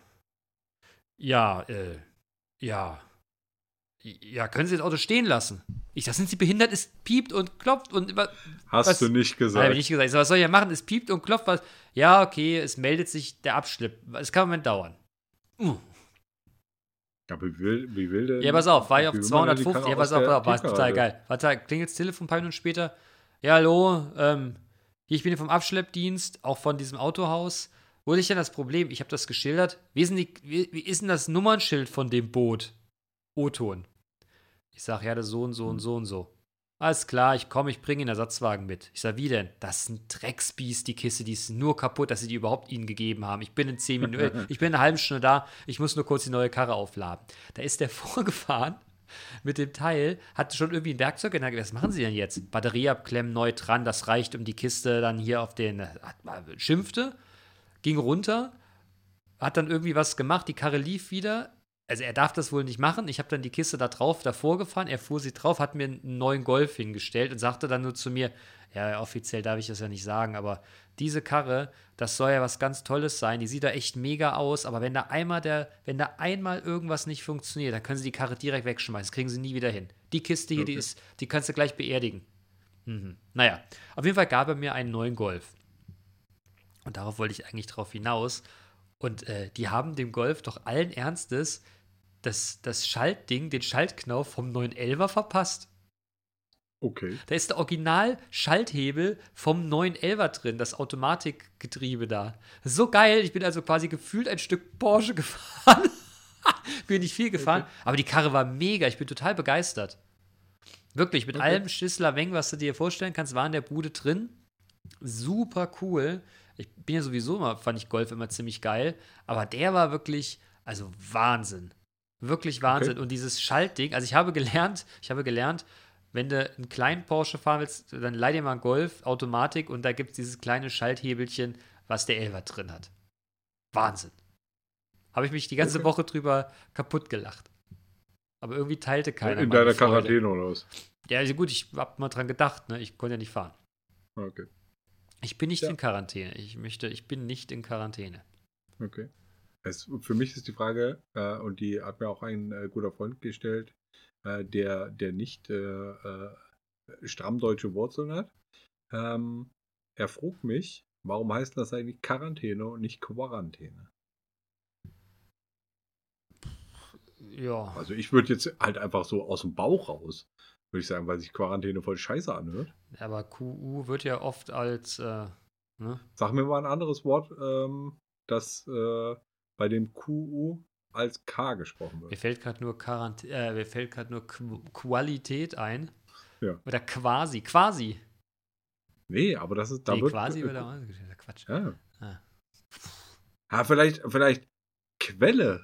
ja, äh, ja. Ja, können Sie das Auto stehen lassen? Ich sag, sind Sie behindert? Es piept und klopft und was. Hast was? du nicht Nein, gesagt. hab ich nicht gesagt. Ich sag, was soll ich ja machen? Es piept und klopft was. Ja, okay, es meldet sich der Abschlepp. Es kann einen Moment dauern. Uh. Ja, wie will, wie will denn? Ja, pass auf, war ich wie auf will man denn die zweihundertfünfzig. Karre Ja, pass aus auf, der pass auf, war total Tiefgarage? geil. Warte, klingelt das Telefon ein paar Minuten später. Ja, hallo, ähm, hier, ich bin hier vom Abschleppdienst, auch von diesem Autohaus. Wo ist denn das Problem? Ich habe das geschildert. Wie ist, denn die, wie, wie ist denn das Nummernschild von dem Boot? O-Ton. Ich sage, ja, das so und so und so und so. Alles klar, ich komme, ich bringe den Ersatzwagen mit. Ich sage, wie denn? Das ist ein Drecksbiest, die Kiste, die ist nur kaputt, dass sie die überhaupt ihnen gegeben haben. Ich bin in zehn Minuten, ich bin in einer halben Stunde da, ich muss nur kurz die neue Karre aufladen. Da ist der vorgefahren mit dem Teil, hat schon irgendwie ein Werkzeug in der Was machen sie denn jetzt? Batterie abklemmen, neu dran, das reicht, um die Kiste dann hier auf den, schimpfte, ging runter, hat dann irgendwie was gemacht, die Karre lief wieder. Also er darf das wohl nicht machen. Ich habe dann die Kiste da drauf, davor gefahren, er fuhr sie drauf, hat mir einen neuen Golf hingestellt und sagte dann nur zu mir, ja, offiziell darf ich das ja nicht sagen, aber diese Karre, das soll ja was ganz Tolles sein, die sieht da echt mega aus, aber wenn da einmal der, wenn da einmal irgendwas nicht funktioniert, dann können sie die Karre direkt wegschmeißen, das kriegen sie nie wieder hin. Die Kiste hier, Okay. die ist, die kannst du gleich beerdigen. Mhm. Naja, auf jeden Fall gab er mir einen neuen Golf. Und darauf wollte ich eigentlich drauf hinaus. Und äh, die haben dem Golf doch allen Ernstes das, das Schaltding, den Schaltknauf vom neun elfer verpasst. Okay. Da ist der Original-Schalthebel vom neun elfer drin, das Automatikgetriebe da. So geil, ich bin also quasi gefühlt ein Stück Porsche gefahren. bin nicht viel gefahren, Okay. aber die Karre war mega, ich bin total begeistert. Wirklich, mit Okay. allem Schissler Weng, was du dir vorstellen kannst, war in der Bude drin. Super cool. Ich bin ja sowieso immer, fand ich Golf immer ziemlich geil, aber der war wirklich, also Wahnsinn. Wirklich Wahnsinn. Okay. Und dieses Schaltding, also ich habe gelernt, ich habe gelernt, wenn du einen kleinen Porsche fahren willst, dann leih dir mal einen Golf, Automatik, und da gibt es dieses kleine Schalthebelchen, was der Elfer drin hat. Wahnsinn. Habe ich mich die ganze Okay. Woche drüber kaputt gelacht. Aber irgendwie teilte keiner In meine deiner Freude. Quarantäne oder was? Ja, also gut, ich habe mal dran gedacht, ne? Ich konnte ja nicht fahren. Okay. Ich bin nicht Ja. in Quarantäne. Ich möchte, ich bin nicht in Quarantäne. Okay. Es, für mich ist die Frage, äh, und die hat mir auch ein äh, guter Freund gestellt, äh, der, der nicht äh, äh, stramm deutsche Wurzeln hat. Ähm, er frug mich, warum heißt das eigentlich Quarantäne und nicht Quarantäne? Ja. Also ich würde jetzt halt einfach so aus dem Bauch raus, würde ich sagen, weil sich Quarantäne voll scheiße anhört. Aber Q U wird ja oft als, äh, ne? Sag mir mal ein anderes Wort, ähm, das äh, bei dem Q U als K gesprochen Mir wird. fällt gerade nur, Quarant äh, mir fällt grad nur Qu Qualität ein. Ja. Oder quasi. Quasi. Nee, aber das ist, da Nee, wird. quasi äh, wird auch ausgeschrieben. Quatsch. Ja. Ah. Ah, vielleicht, vielleicht Quelle.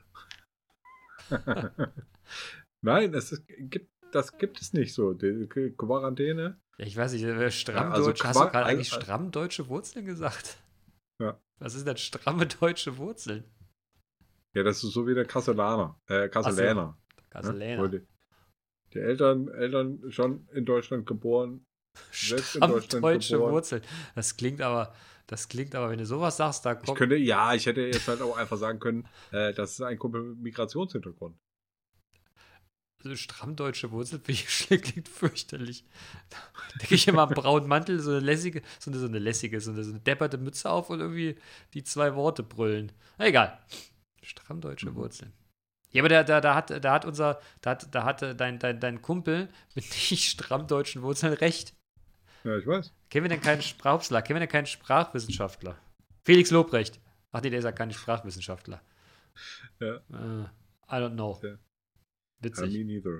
Nein, es ist, gibt, das gibt es nicht so. Die Qu- Quarantäne. Ja, ich weiß nicht, äh, stramm Ja, also Deutsch. Hast du Qua- gerade al- eigentlich al- stramm deutsche Wurzeln gesagt? Ja. Was ist denn stramme deutsche Wurzeln? Ja, das ist so wie der Kastellaner. Äh, Kasseläner. Ne? Wo Kasseläner. die, die Eltern, Eltern schon in Deutschland geboren. Selbst in Stramm Deutschland deutsche geboren. Wurzeln. Das klingt aber, das klingt aber, wenn du sowas sagst, da Ich kommt. könnte, ja, ich hätte jetzt halt auch einfach sagen können, äh, das ist ein Kumpel mit Migrationshintergrund. Also stramm deutsche Wurzeln, finde ich, klingt fürchterlich. Da denke ich immer am braunen Mantel, so eine lässige, so eine, so eine lässige, so eine, so eine depperte Mütze auf und irgendwie die zwei Worte brüllen. Na, egal. Stramm deutsche Mhm. Wurzeln. Ja, aber da, da, da, hat, da hat unser, da, hat, da hatte dein, dein, dein Kumpel mit nicht stramm deutschen Wurzeln recht. Ja, ich weiß. Kennen wir denn keinen Sprachwissenschaftler? Kennen wir denn keinen Sprachwissenschaftler? Felix Lobrecht. Ach nee, der ist ja kein Sprachwissenschaftler. Ja. Äh, I don't know. Ja. Witzig. Me neither.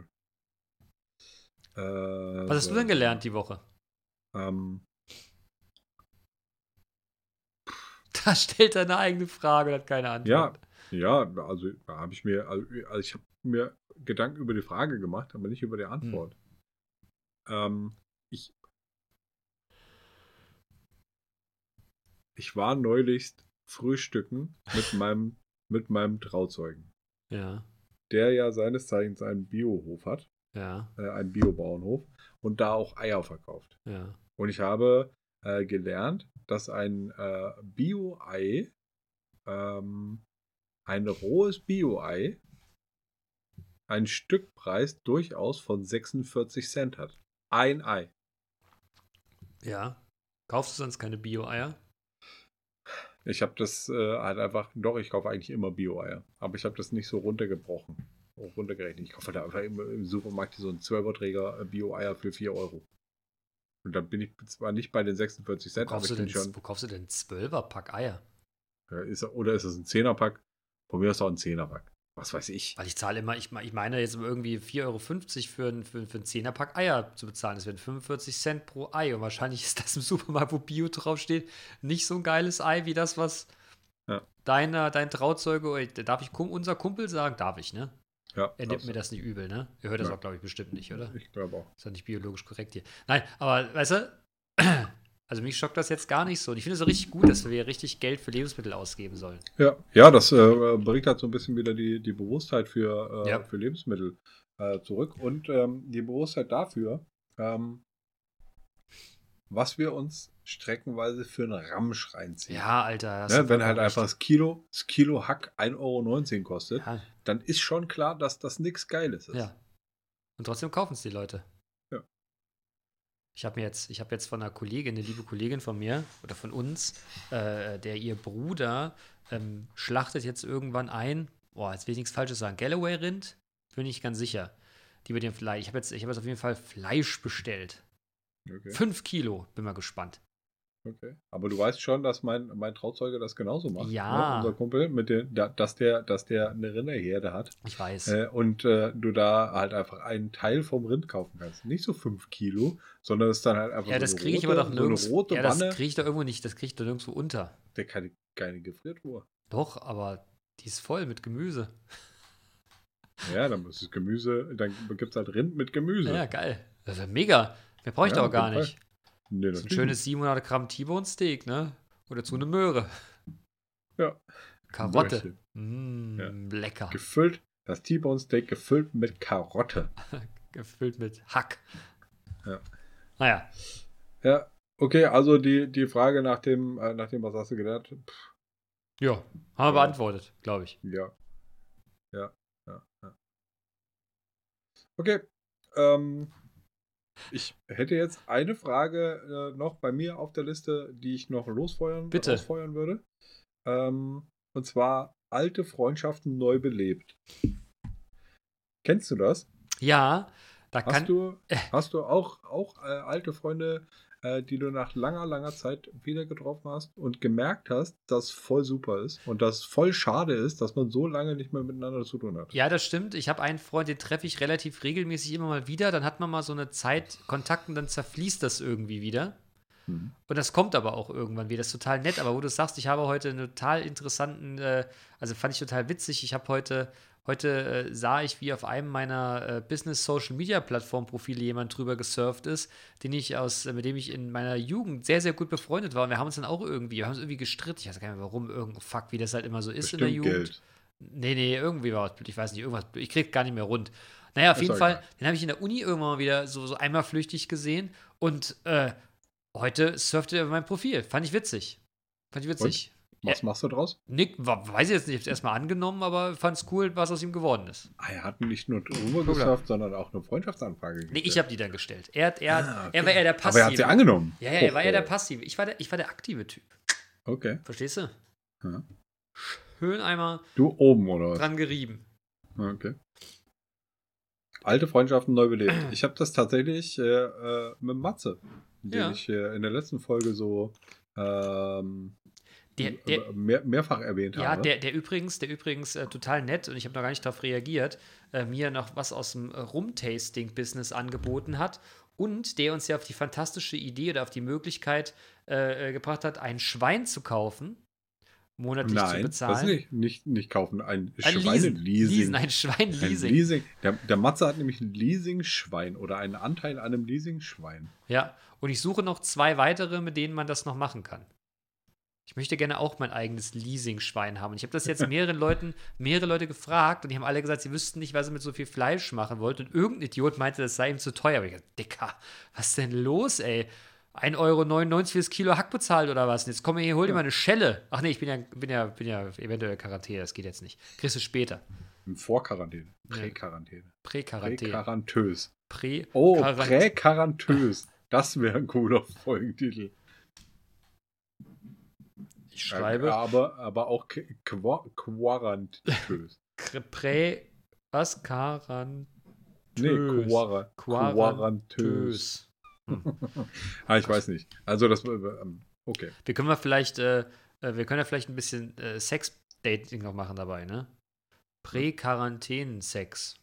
Äh, Was hast so, du denn so. gelernt die Woche? Ähm, Da stellt er eine eigene Frage und hat keine Antwort. ja, ja, also da habe ich mir, also, also ich habe mir Gedanken über die Frage gemacht, aber nicht über die Antwort. Ähm, ich, ich war neulich frühstücken mit meinem, mit meinem Trauzeugen, Ja, der ja seines Zeichens einen Biohof hat, ja, äh, einen Biobauernhof und da auch Eier verkauft. ja. Und ich habe äh, gelernt, dass ein äh, Bio-Ei, ähm, ein rohes Bio-Ei, ein Stückpreis durchaus von sechsundvierzig Cent hat. Ein Ei. Ja. Kaufst du sonst keine Bio-Eier? Ich habe das äh, halt einfach, doch, ich kaufe eigentlich immer Bio-Eier. Aber ich habe das nicht so runtergebrochen. Runtergerechnet. Ich kaufe da einfach im, im Supermarkt so einen zwölfer-Träger äh, Bio-Eier für vier Euro. Und dann bin ich zwar nicht bei den sechsundvierzig Wo Cent, aber kaufst, ich du bin denn, schon. wo kaufst du denn Zwölfer-Pack Eier? Ja, ist, oder ist es ein Zehnerpack? Von mir ist auch ein Zehnerpack. Was weiß ich. Weil ich zahle immer, ich, ich meine jetzt irgendwie vier Euro fünfzig für ein, für, für ein Zehner-Pack Eier zu bezahlen. Das wären fünfundvierzig Cent pro Ei. Und wahrscheinlich ist das im Supermarkt, wo Bio draufsteht, nicht so ein geiles Ei wie das, was Ja. deiner, dein Trauzeuge, oder darf ich Kum- unser Kumpel sagen? Darf ich, ne? Ja, Er nimmt mir das nicht übel, ne? Ihr hört das Nein. auch, glaube ich, bestimmt nicht, oder? Ich glaube auch. Ist ja nicht biologisch korrekt hier. Nein, aber weißt du, also mich schockt das jetzt gar nicht so. Und ich finde es so richtig gut, dass wir richtig Geld für Lebensmittel ausgeben sollen. Ja, ja, das äh, bringt halt so ein bisschen wieder die, die Bewusstheit für, äh, Ja. für Lebensmittel äh, zurück und ähm, die Bewusstheit dafür, ähm, was wir uns streckenweise für einen Ramsch reinziehen. Ja, Alter. hast Ne, du wenn halt vollkommen einfach recht. das Kilo, das Kilo Hack ein Euro neunzehn kostet, Ja, dann ist schon klar, dass das nichts Geiles ist. ja. Und trotzdem kaufen es die Leute. Ja. Ich habe mir jetzt, ich habe jetzt von einer Kollegin, eine liebe Kollegin von mir oder von uns, äh, der ihr Bruder ähm, schlachtet jetzt irgendwann ein, boah, jetzt will ich nichts Falsches sagen, Galloway-Rind, bin ich ganz sicher. Die mit dem Fleisch. Ich habe jetzt, ich habe jetzt auf jeden Fall Fleisch bestellt. Okay, Fünf Kilo, bin mal gespannt. okay. Aber du weißt schon, dass mein, mein Trauzeuge das genauso macht. Ja. Ne? Unser Kumpel, mit dem, da, dass, der, dass der eine Rinderherde hat. Ich weiß. Äh, und äh, du da halt einfach einen Teil vom Rind kaufen kannst. Nicht so fünf Kilo, sondern es ist dann halt einfach ja, so das eine kriege ich rote, aber doch so eine nirgends. rote Ja, das Wanne. kriege ich doch irgendwo nicht. Das kriege ich doch nirgendwo unter. Der keine, keine Gefriertruhe. Doch, aber die ist voll mit Gemüse. Ja, dann ist es Gemüse, dann gibt es halt Rind mit Gemüse. Ja, geil. Das ist ja mega. Mehr brauche ich Ja, doch auf gar jeden nicht. Nee, Das ist ein natürlich schönes siebenhundert Gramm T-Bone Steak, ne? Oder zu eine Möhre. nicht. Ja. Karotte. Möhrchen. Mm, Ja. lecker. Gefüllt, das T-Bone Steak gefüllt mit Karotte. Gefüllt mit Hack. Ja. Naja, Ja, okay, also die, die Frage nach dem, äh, nach dem, was hast du gelernt? Pff, ja, haben wir Ja. beantwortet, glaube ich. ja. Ja, ja, ja. Okay, ähm, ich hätte jetzt eine Frage äh, noch bei mir auf der Liste, die ich noch losfeuern, Bitte. rausfeuern würde. Ähm, und zwar alte Freundschaften neu belebt. Kennst du das? Ja, da kann. Hast du, hast du auch, auch äh, alte Freunde äh, die du nach langer, langer Zeit wieder getroffen hast und gemerkt hast, dass voll super ist und dass voll schade ist, dass man so lange nicht mehr miteinander zu tun hat? Ja, das stimmt. Ich habe einen Freund, den treffe ich relativ regelmäßig immer mal wieder. Dann hat man mal so eine Zeit Kontakt und dann zerfließt das irgendwie wieder. Mhm. Und das kommt aber auch irgendwann wieder. Das ist total nett. Aber wo du sagst, ich habe heute einen total interessanten, äh, also fand ich total witzig. Ich habe heute, heute äh, sah ich, wie auf einem meiner äh, Business-Social-Media-Plattform-Profile jemand drüber gesurft ist, den ich aus, äh, mit dem ich in meiner Jugend sehr, sehr gut befreundet war. Und wir haben uns dann auch irgendwie, wir haben uns irgendwie gestritten. Ich weiß gar nicht mehr warum, irgend fuck, wie das halt immer so ist in der Bestimmt Jugend. Geld. Nee, nee, irgendwie war was, ich weiß nicht, irgendwas, ich krieg gar nicht mehr rund. Naja, auf Ist jeden doch Fall, egal. den habe ich in der Uni irgendwann mal wieder so, so einmal flüchtig gesehen und äh, heute surfte er über mein Profil. Fand ich witzig. Fand ich witzig. Was machst du draus? Nick, wa- weiß ich jetzt nicht, ich hab's erstmal angenommen, aber fand's cool, was aus ihm geworden ist. Ah, er hat nicht nur drüber Guck gesurft, sondern auch eine Freundschaftsanfrage Nee, gestellt. ich habe die dann gestellt. Er, hat- er, hat- Ah, okay. er war eher der Aber Passive. er hat sie angenommen. Ja, ja, er war eher der Hoho. Passive. Ich war der, ich war der aktive Typ. Okay. Verstehst du? Ja. Schön einmal Du oben, oder was? dran gerieben. Okay. Alte Freundschaften neu belebt. Ich habe das tatsächlich äh, äh, mit Matze, den Ja. ich äh, in der letzten Folge so ähm, Der, der, mehr, mehrfach erwähnt Ja, habe. der, der übrigens, der übrigens äh, total nett und ich habe noch gar nicht darauf reagiert, äh, mir noch was aus dem äh, Rum-Tasting-Business angeboten hat und der uns ja auf die fantastische Idee oder auf die Möglichkeit äh, äh, gebracht hat, ein Schwein zu kaufen, monatlich zu Nein, bezahlen. das nicht, nicht, nicht kaufen. Ein, Ein Leasen, Schweineleasing. Leasen, ein Ein Schwein-Leasing. Leasing. Der, der Matze hat nämlich ein Leasing-Schwein oder einen Anteil an einem Leasing-Schwein. Ja, und ich suche noch zwei weitere, mit denen man das noch machen kann. Ich möchte gerne auch mein eigenes Leasing-Schwein haben. Und ich habe das jetzt mehreren Leuten, mehrere Leute gefragt und die haben alle gesagt, sie wüssten nicht, was sie mit so viel Fleisch machen wollten. Und irgendein Idiot meinte, das sei ihm zu teuer. Aber ich dachte, Dicker, was ist denn los, ey? ein Euro neunundneunzig fürs Kilo Hack bezahlt oder was? Und jetzt komm hier, hol dir mal eine Schelle. Ach nee, ich bin ja, bin ja, bin ja eventuell in Quarantäne, das geht jetzt nicht. Kriegst du später. In Vorquarantäne. Prä-Quarantäne. Prä-Quarantäne. Prä-Quarantös. Prä Oh, Quarant- Prä-Quarantös. Das wäre ein cooler Folgentitel. Ich schreibe Aber, aber auch Qu- Qua- Quarantös. Kr- Prä, was? Quarantös. Nee, Quara- Quarantös. Quarantös. Ah, ich weiß nicht. Also das ähm, okay. Wir können mal vielleicht, äh, äh, wir können ja vielleicht ein bisschen äh, Sex-Dating noch machen dabei, ne? Prä-Quarantänen-Sex.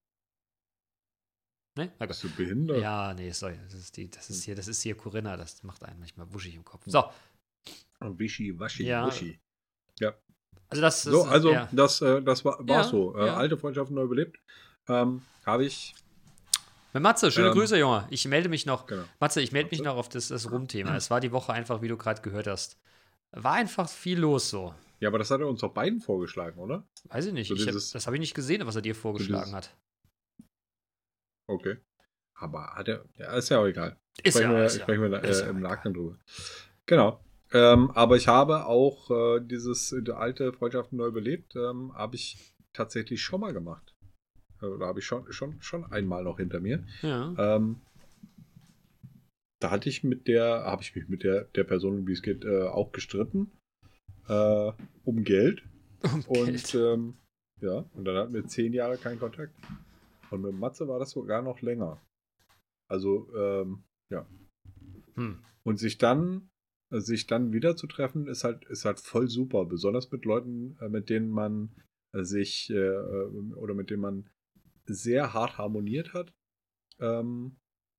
Ne? Na gut. Bist du behindert? Ja, nee, sorry. Das ist, die, das ist hier, das ist hier Corinna, das macht einen manchmal wuschig im Kopf. So, Wischi, waschi, Ja. wuschi. also das ist. So, also ja. das, äh, das war, war Ja, so. Äh, ja. Alte Freundschaften neu belebt. Ähm, Habe ich, Mit Matze, schöne Ähm, Grüße, Junge. Ich melde mich noch. genau. Matze, ich melde mich Matze? noch auf das, das Rum-Thema. Es war die Woche einfach, wie du gerade gehört hast. War einfach viel los so. Ja, aber das hat er uns doch beiden vorgeschlagen, oder? Weiß ich nicht. So ich hab, dieses- das habe ich nicht gesehen, was er dir vorgeschlagen dieses- hat. Okay. Aber hat er, ja, ist ja auch egal. Ist Sprechen ja, wir, ist ja, sprechen wir ist äh, ja im egal. Nachgang drüber. Genau. Ähm, aber ich habe auch äh, dieses äh, alte Freundschaften neu belebt, ähm, habe ich tatsächlich schon mal gemacht. Äh, Oder habe ich schon, schon, schon einmal noch hinter mir. Ja. Ähm, da hatte ich mit der, habe ich mich mit der, der Person, um die es geht, äh, auch gestritten. Äh, um Geld. Um Und Geld. ähm, ja, und dann hatten wir zehn Jahre keinen Kontakt. Und mit Matze war das sogar noch länger. Also, ähm, ja. Hm. Und sich dann, äh, sich dann wieder zu treffen, ist halt, ist halt voll super. Besonders mit Leuten, äh, mit denen man äh, sich äh, äh, oder mit denen man sehr hart harmoniert hat. Ähm,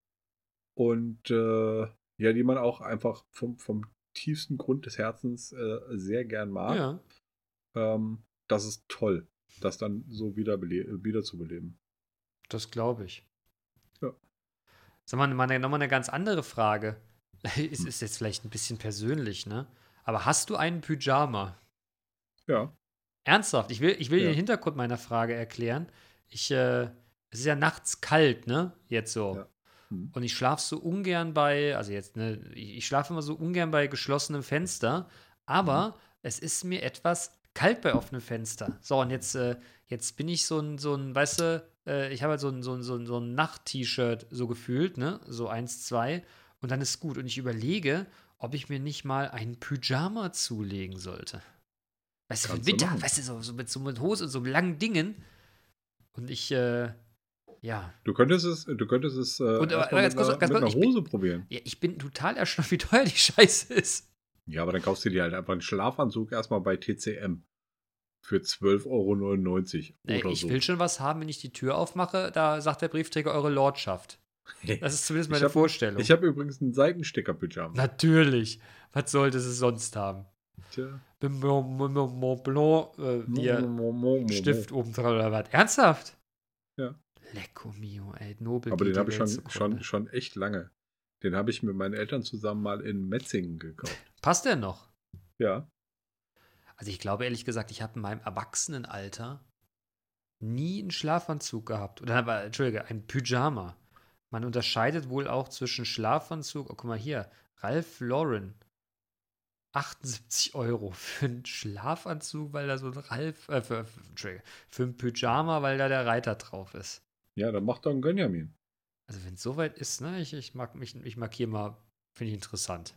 und äh, ja, die man auch einfach vom, vom tiefsten Grund des Herzens äh, sehr gern mag. Ja. Ähm, das ist toll, das dann so wieder, wieder zu beleben. Das glaube ich. Ja. Sag mal, mal nochmal eine ganz andere Frage. Es ist jetzt vielleicht ein bisschen persönlich, ne? Aber hast du einen Pyjama? Ja. Ernsthaft? Ich will, ich will Ja. den Hintergrund meiner Frage erklären. Ich, äh, es ist ja nachts kalt, ne? Jetzt so. Ja. Hm. Und ich schlafe so ungern bei, also jetzt, ne, ich, ich schlafe immer so ungern bei geschlossenem Fenster, aber Mhm. es ist mir etwas kalt bei offenem Fenster. So, und jetzt, äh, jetzt bin ich so ein, so ein, weißt du, äh, ich habe halt so ein, so ein, so ein, so ein Nacht-T-Shirt so gefühlt, ne? So eins, zwei. Und dann ist gut. Und ich überlege, ob ich mir nicht mal ein Pyjama zulegen sollte. Weißt du, für Kannst den du Winter, machen. weißt du, so, so, mit, so mit Hose und so langen Dingen. Und ich, äh, Ja. Du könntest es, du könntest es äh, Und, aber, erstmal ganz mit, kurz, einer, ganz mit kurz, einer ich bin- Hose probieren. Ja, ich bin total erstaunt, wie teuer die Scheiße ist. Ja, aber dann kaufst du dir halt einfach einen Schlafanzug erstmal bei T C M für zwölf Euro neunundneunzig Ey, oder ich so. will schon was haben, wenn ich die Tür aufmache, da sagt der Briefträger Eure Lordschaft. Das ist zumindest Ich meine hab- Vorstellung. Ich habe übrigens einen Seitenstecker-Pyjama. Natürlich. Was sollte es sonst haben? Tja. Mont Blanc, äh, hier, Stift oben dran oder was? Ernsthaft? Ja. Lecco mio, ey. Nobel Aber geht den die habe ich Welt schon, zugrunde. schon, schon echt lange. Den habe ich mit meinen Eltern zusammen mal in Metzingen gekauft. Passt der noch? Ja. Also ich glaube ehrlich gesagt, ich habe in meinem Erwachsenenalter nie einen Schlafanzug gehabt. Oder aber, Entschuldige, ein Pyjama. Man unterscheidet wohl auch zwischen Schlafanzug, oh guck mal hier, Ralph Lauren. achtundsiebzig Euro für einen Schlafanzug, weil da so ein Ralph, äh, für, für, Entschuldige, für ein Pyjama, weil da der Reiter drauf ist. Ja, dann macht doch einen Gönjamin. Also wenn es soweit ist, ne, ich, ich, mag, mich, ich markiere mal, finde ich interessant.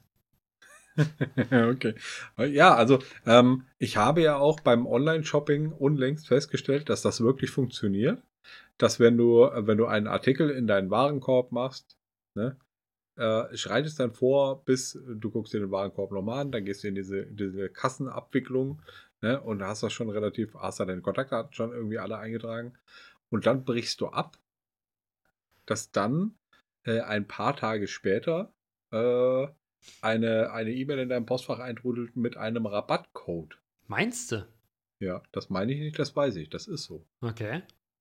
Okay. Ja, also ähm, ich habe ja auch beim Online-Shopping unlängst festgestellt, dass das wirklich funktioniert. Dass wenn du, wenn du einen Artikel in deinen Warenkorb machst, ne, äh, schreitest dann vor, bis du guckst dir den Warenkorb nochmal an, dann gehst du in diese, diese Kassenabwicklung, ne, und hast das schon relativ, hast da deine Kontaktdaten schon irgendwie alle eingetragen. Und dann brichst du ab, dass dann äh, ein paar Tage später äh, eine eine E-Mail in deinem Postfach eintrudelt mit einem Rabattcode. Meinst du? Ja, das meine ich nicht, das weiß ich, das ist so. Okay.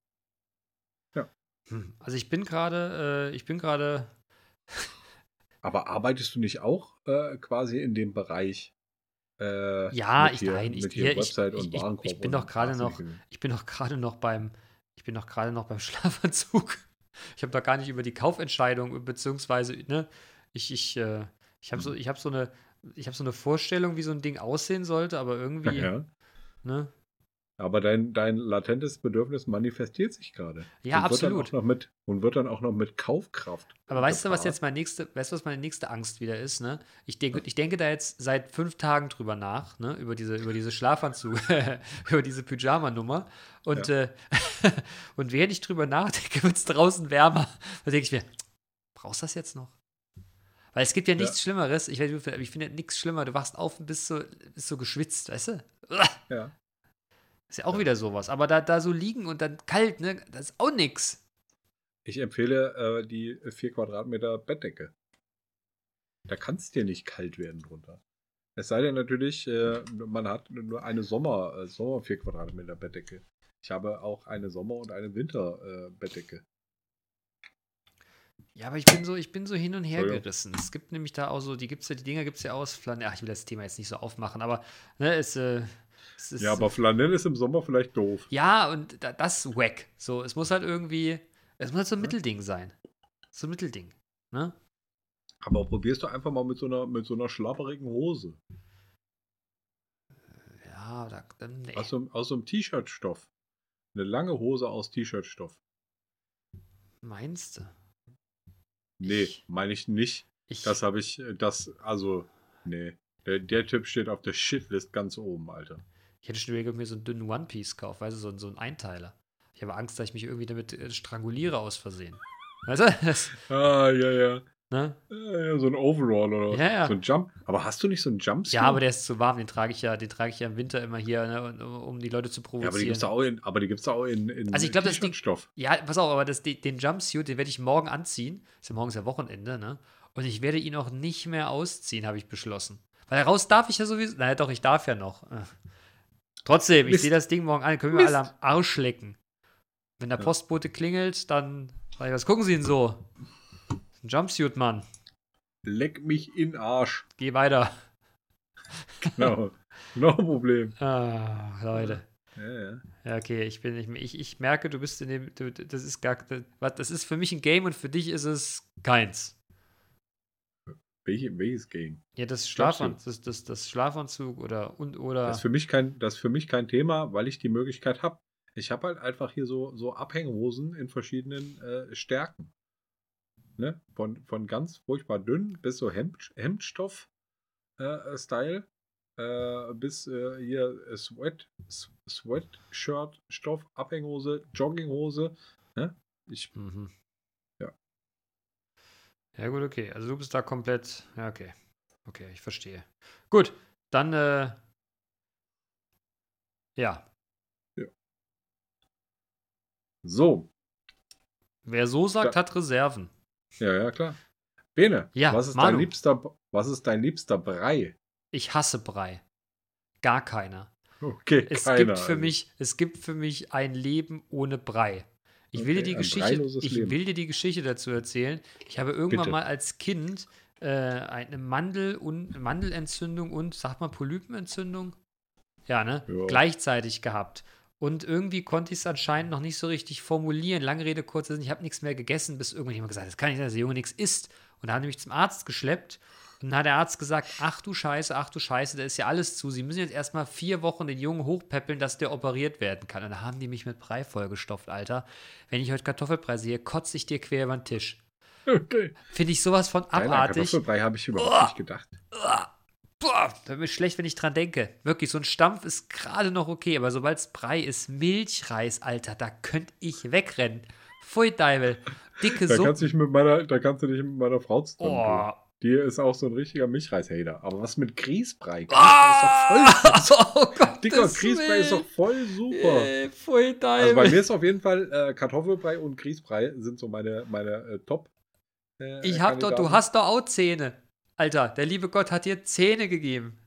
Ja. Hm. Also ich bin gerade, äh, ich bin gerade, Aber arbeitest du nicht auch äh, quasi in dem Bereich äh, ja, mit ich, hier, nein, ich, mit hier hier, ich, Website ich, und ich, Warenkorb? ich bin und doch gerade hast du noch, nicht gesehen? ich bin doch gerade noch beim, ich bin doch gerade noch beim Schlafanzug. Ich habe doch gar nicht über die Kaufentscheidung, beziehungsweise, ne, ich, ich, äh, ich habe so, ich habe so eine, ich habe so eine Vorstellung, wie so ein Ding aussehen sollte, aber irgendwie, Ja, ne, aber dein, dein latentes Bedürfnis manifestiert sich gerade. Ja, und Wird dann absolut. auch noch mit, und wird dann auch noch mit Kaufkraft. aber weißt du, was gepaart. jetzt meine nächste, weißt du, was meine nächste Angst wieder ist, ne? Ich denke, ich denke da jetzt seit fünf Tagen drüber nach, ne, über diese, über diese Schlafanzug, über diese Pyjama-Nummer. Und, Ja. äh, und während ich drüber nachdenke, wird es draußen wärmer. Da denke ich mir, brauchst du das jetzt noch? Weil es gibt ja nichts Schlimmeres. Ich, ich finde nichts schlimmer. Du wachst auf und bist so, bist so geschwitzt, weißt du? Ja. Ist ja auch Ja. wieder sowas. Aber da, da so liegen und dann kalt, ne? Das ist auch nix. Ich empfehle äh, die vier Quadratmeter Bettdecke. Da kann es dir nicht kalt werden drunter. Es sei denn natürlich, äh, man hat nur eine Sommer, äh, Sommer vier Quadratmeter Bettdecke. Ich habe auch eine Sommer- und eine Winter äh, Bettdecke. Ja, aber ich bin so, ich bin so hin und her Entschuldigung. gerissen. Es gibt nämlich da auch so, die gibt's ja, die Dinger gibt es ja aus Flanell. Ach, ich will das Thema jetzt nicht so aufmachen, aber ne, es, äh, es ist. Ja, aber Flanell ist im Sommer vielleicht doof. Ja, und da, das ist wack. So, es muss halt irgendwie, es muss halt so ein Mittelding sein. So ein Mittelding. Ne? Aber probierst du einfach mal mit so einer, mit so einer schlapperigen Hose. Ja, da, dann, nee. Aus so, einem- aus so einem T-Shirt-Stoff. Eine lange Hose aus T-Shirt-Stoff. Meinst du? Nee, Ich- meine ich nicht. Ich, Das habe ich, äh, das, also, nee. Der, der Typ steht auf der Shitlist ganz oben, Alter. ich hätte schon überlegt, ob ich mir so einen dünnen One-Piece kaufe, weißt du, so, ein- so einen Einteiler. Ich habe Angst, dass ich mich irgendwie damit äh, stranguliere aus Versehen. Weißt du? Das, Ah, ja, ja. ne? Ja, ja, so ein Overall oder was? Ja, ja. So ein Jump. Aber hast du nicht so einen Jumpsuit? Ja, aber der ist zu warm, den trage ich ja, den trage ich ja im Winter immer hier, ne, um, um die Leute zu Ja, aber die provozieren. gibt's da auch in, aber die gibt's da auch in, in Also ich glaub, das Ding- T-Shirt-Stoff. Ja, pass auf, aber das, den den Jumpsuit, den werde ich morgen anziehen. Ist ja morgens ja Wochenende, ne? Und ich werde ihn auch nicht mehr ausziehen, habe ich beschlossen. Weil raus darf ich ja sowieso. Naja, doch, ich darf ja noch. Äh. Trotzdem, ich Mist. sehe das Ding morgen an, können wir Mist. alle am Arsch lecken. Wenn der Ja. Postbote klingelt, dann sag ich, was gucken Sie ihn so? Ein Jumpsuit, Mann. Leck mich in Arsch. Geh weiter. Genau. No Problem. Ah, Leute. Ja, ja. Ja, okay, ich bin nicht mehr. Ich, ich merke, du bist in dem. Du, das ist gar. Das, was- das ist für mich ein Game und für dich ist es keins. Welche, welches Game? Ja, das Glaubst du? Schlafanzug, das, das, das Schlafanzug oder und oder. Das ist für mich kein, das ist für mich kein Thema, weil ich die Möglichkeit habe. Ich habe halt einfach hier so, so Abhänghosen in verschiedenen äh, Stärken. Ne? Von, von ganz furchtbar dünn bis so Hemd, Hemdstoff-Style äh, bis äh, hier äh, Sweat, S- Sweatshirt-Stoff, Abhänghose, Jogginghose. Ne? Ich, Mhm. Ja. Ja, gut, okay. Also du bist da komplett. Ja, okay. Okay, ich verstehe. Gut, dann, äh, ja. ja. So, Wer so sagt, da, hat Reserven. ja, ja, klar. Bene, Ja, was ist dein Manu, liebster, was ist dein liebster Brei? ich hasse Brei. Gar keiner. Okay, Es gibt keiner. für Also, mich, es gibt für mich ein Leben ohne Brei. Ich will dir okay, die ein Geschichte, breiloses ich Leben. will dir die Geschichte dazu erzählen. Ich habe irgendwann Bitte. mal als Kind äh, eine Mandel und Mandelentzündung und, sag mal, Polypenentzündung, ja, ne, Ja. gleichzeitig gehabt. Und irgendwie konnte ich es anscheinend noch nicht so richtig formulieren. Lange Rede, kurzer Sinn, ich habe nichts mehr gegessen, bis irgendjemand gesagt hat, das kann nicht sein, dass der Junge nichts isst. Und da haben die mich zum Arzt geschleppt. Und dann hat der Arzt gesagt, ach du Scheiße, ach du Scheiße, da ist ja alles zu. Sie müssen jetzt erstmal vier Wochen den Jungen hochpäppeln, dass der operiert werden kann. Und da haben die mich mit Brei vollgestopft, Alter. Wenn ich heute Kartoffelbrei sehe, kotze ich dir quer über den Tisch. Okay. Finde ich sowas von Nein, an abartig. Kartoffelbrei habe ich überhaupt Uah. nicht gedacht. Uah. Boah, da wird mir schlecht, wenn ich dran denke. Wirklich, so ein Stampf ist gerade noch okay, aber sobald es Brei ist, Milchreis, Alter, da könnte ich wegrennen. Pfui Deibel. Dicke Da kannst, du Suppen. dich mit meiner, da kannst du dich mit meiner Frau zusammentun. Oh. Die ist auch so ein richtiger Milchreis-Hater. Aber was mit Grießbrei? Grießbrei Ah! ist doch voll Oh Gott, Dicker, Grießbrei ist doch voll super. Äh, Pfui Deibel. Also bei mir ist auf jeden Fall äh, Kartoffelbrei und Grießbrei sind so meine, meine äh, Top. Äh, Ich hab doch, du Kandidaten. hast doch auch Zähne. Alter, der liebe Gott hat dir Zähne gegeben.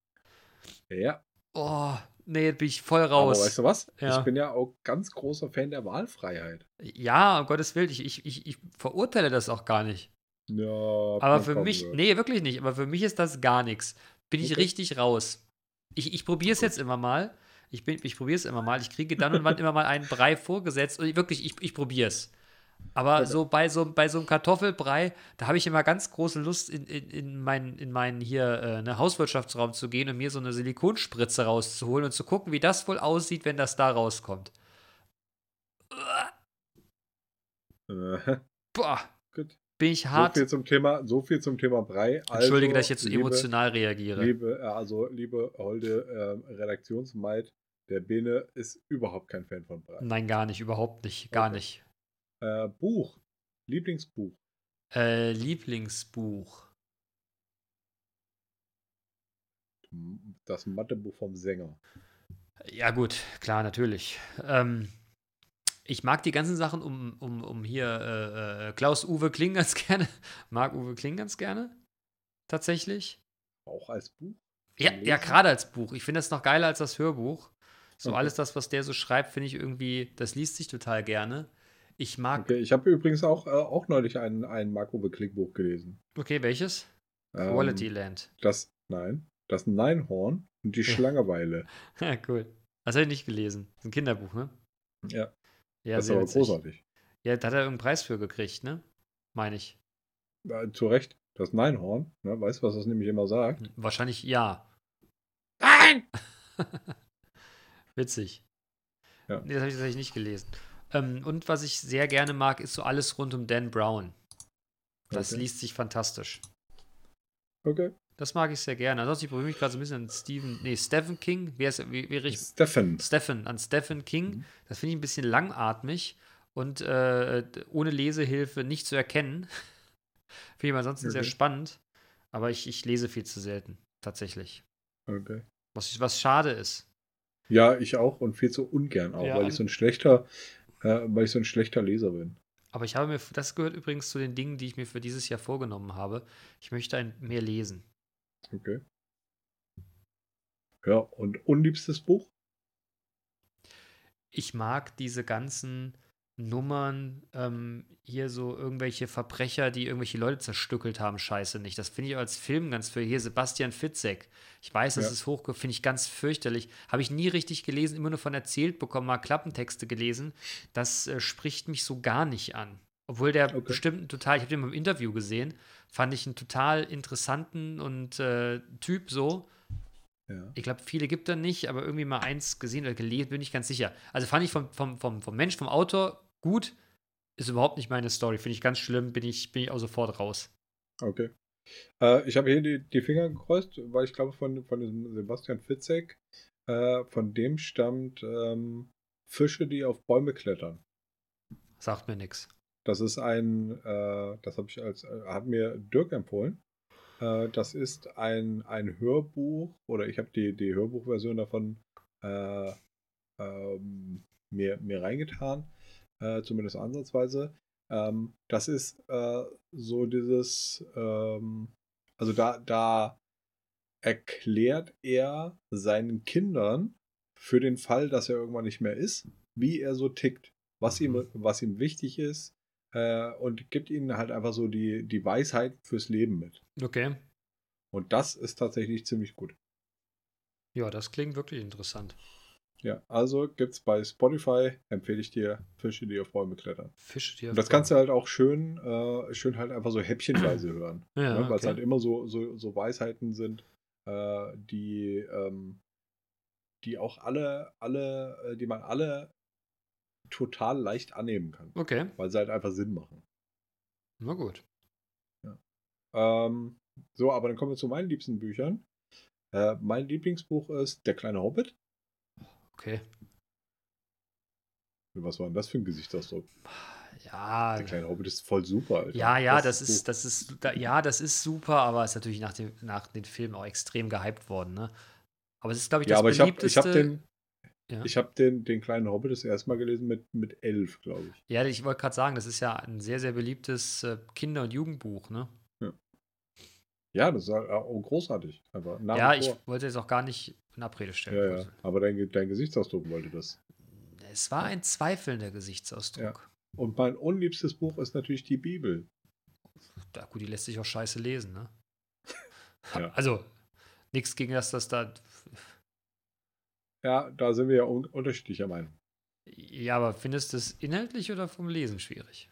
Ja. Oh, nee, bin ich voll raus. Aber weißt du was? Ja. Ich bin ja auch ganz großer Fan der Wahlfreiheit. Ja, um Gottes Willen, ich, ich, ich, ich verurteile das auch gar nicht. Ja, Aber man für kaum mich, gehört. nee, wirklich nicht. Aber für mich ist das gar nichts. Bin ich Okay. richtig raus. Ich, ich probiere es jetzt immer mal. Ich, bin- ich probiere es immer mal. Ich kriege dann und wann immer mal einen Brei vorgesetzt. Und wirklich, ich, ich probiere es. Aber Okay. so bei so, bei so einem Kartoffelbrei, da habe ich immer ganz große Lust, in, in, in meinen, in meinen hier äh, ne, Hauswirtschaftsraum zu gehen und mir so eine Silikonspritze rauszuholen und zu gucken, wie das wohl aussieht, wenn das da rauskommt. Äh, Boah, gut. bin ich So hart. viel zum Thema, so viel zum Thema Brei. Entschuldige, also, dass ich jetzt so liebe, emotional reagiere. Liebe, äh, also, liebe holde äh, Redaktionsmaid, der Bene ist überhaupt kein Fan von Brei. Nein, gar nicht, überhaupt nicht, gar Okay. nicht. Äh, Buch. Lieblingsbuch. Äh, Lieblingsbuch. Das Mathebuch vom Sänger. Ja, gut, klar, natürlich. Ähm, ich mag die ganzen Sachen um, um, um hier äh, äh, Klaus-Uwe Kling ganz gerne. Mag Uwe Kling ganz gerne. Tatsächlich. Auch als Buch? Ja, Zum ja, Lesen? gerade als Buch. Ich finde das noch geiler als das Hörbuch. So Okay. alles das, was der so schreibt, finde ich irgendwie, das liest sich total gerne. Ich mag. Okay, ich habe übrigens auch, äh, auch neulich ein, ein Marco Klick-Buch gelesen. Okay, welches? Ähm, Quality Land. Das, nein, das Neinhorn und die Ja. Schlangeweile. Ja, cool. Das habe ich nicht gelesen. Das ist ein Kinderbuch, ne? Ja, Ja, das ist sehr aber witzig. großartig. Ja, da hat er irgendeinen Preis für gekriegt, ne? Meine ich. Äh, zu Recht, das Neinhorn, ne, weißt du, was das nämlich immer sagt? Wahrscheinlich ja. Nein! Witzig. Ja. Nee, das habe ich tatsächlich nicht gelesen. Ähm, und was ich sehr gerne mag, ist so alles rund um Dan Brown. Das Okay. liest sich fantastisch. Okay. Das mag ich sehr gerne. Ansonsten, ich probiere mich gerade so ein bisschen an Stephen, nee, Stephen King. Wie heißt er? Wie, wie ich, Stephen. Stephen, an Stephen King. Mhm. Das finde ich ein bisschen langatmig und äh, ohne Lesehilfe nicht zu erkennen. Finde ich ansonsten sehr Okay. spannend. Aber ich, ich lese viel zu selten, tatsächlich. Okay. Was, was schade ist. Ja, ich auch und viel zu ungern auch, Ja, weil ich so ein schlechter, äh, weil ich so ein schlechter Leser bin. Aber ich habe mir, das gehört übrigens zu den Dingen, die ich mir für dieses Jahr vorgenommen habe. Ich möchte ein, mehr lesen. Okay. Ja, und unliebstes Buch? Ich mag diese ganzen Nummern, ähm, hier so irgendwelche Verbrecher, die irgendwelche Leute zerstückelt haben, scheiße nicht. Das finde ich als Film ganz für hier Sebastian Fitzek. Ich weiß, das Ja. ist hoch, finde ich ganz fürchterlich. Habe ich nie richtig gelesen, immer nur von erzählt bekommen, mal Klappentexte gelesen. Das äh, spricht mich so gar nicht an. Obwohl der Okay. bestimmt ein total, ich habe den mal im Interview gesehen, fand ich einen total interessanten und äh, Typ so. Ja. Ich glaube, viele gibt er nicht, aber irgendwie mal eins gesehen oder gelesen, bin ich ganz sicher. Also fand ich vom, vom, vom, vom Mensch, vom Autor gut, ist überhaupt nicht meine Story. Finde ich ganz schlimm, bin ich, bin ich auch sofort raus. Okay. Äh, ich habe hier die, die Finger gekreuzt, weil ich glaube, von, von diesem Sebastian Fitzek, äh, von dem stammt ähm, Fische, die auf Bäume klettern. Sagt mir nichts. Das ist ein, äh, das habe ich als, äh, hat mir Dirk empfohlen. Äh, das ist ein, ein Hörbuch, oder ich habe die, die Hörbuchversion davon äh, ähm, mir, mir reingetan, äh, zumindest ansatzweise. Ähm, das ist äh, so dieses, ähm, also da, da erklärt er seinen Kindern für den Fall, dass er irgendwann nicht mehr ist, wie er so tickt, was ihm, Mhm. was ihm wichtig ist, äh, und gibt ihnen halt einfach so die, die Weisheit fürs Leben mit. Okay. Und das ist tatsächlich ziemlich gut. Ja, das klingt wirklich interessant. Ja, also gibt's bei Spotify, empfehle ich dir, Fische, die auf Bäume klettern. Fische, die Und auf das Bäumen. kannst du halt auch schön, äh, schön halt einfach so häppchenweise hören. Ja, Ne? Weil es okay. halt immer so, so, so Weisheiten sind, äh, die, ähm, die auch alle, alle, äh, die man alle total leicht annehmen kann. Okay, Weil sie halt einfach Sinn machen. na gut. Ja. Ähm, so, aber dann kommen wir zu meinen liebsten Büchern. Äh, mein Lieblingsbuch ist Der kleine Hobbit. Okay. Was war denn das für ein Gesichtsausdruck? Ja, Der kleine Hobbit ist voll super, Alter. ja, ja, das Buch. ist, das ist, da, ja, das ist super, aber ist natürlich nach dem, nach den Filmen auch extrem gehypt worden, ne? Aber es ist, glaube ich, Ja, das aber ich habe ich beliebteste. hab den, Ja, ich hab den, den kleinen Hobbit das erste Mal gelesen mit, mit elf, glaube ich. ja, ich wollte gerade sagen, das ist ja ein sehr, sehr beliebtes äh, Kinder- und Jugendbuch, ne? Ja, ja, das ist halt auch großartig. Einfach nach Ja, wie ich vor. wollte jetzt auch gar nicht in Abrede stellen. Ja, ja. Aber dein, dein Gesichtsausdruck wollte das. Es war ein zweifelnder Gesichtsausdruck. Ja. Und mein unliebstes Buch ist natürlich die Bibel. Da, gut, die lässt sich auch scheiße lesen, ne? Ja. Also, nichts gegen das, das da. Ja, da sind wir ja un unterschiedlicher Meinung. Ja, aber findest du es inhaltlich oder vom Lesen schwierig?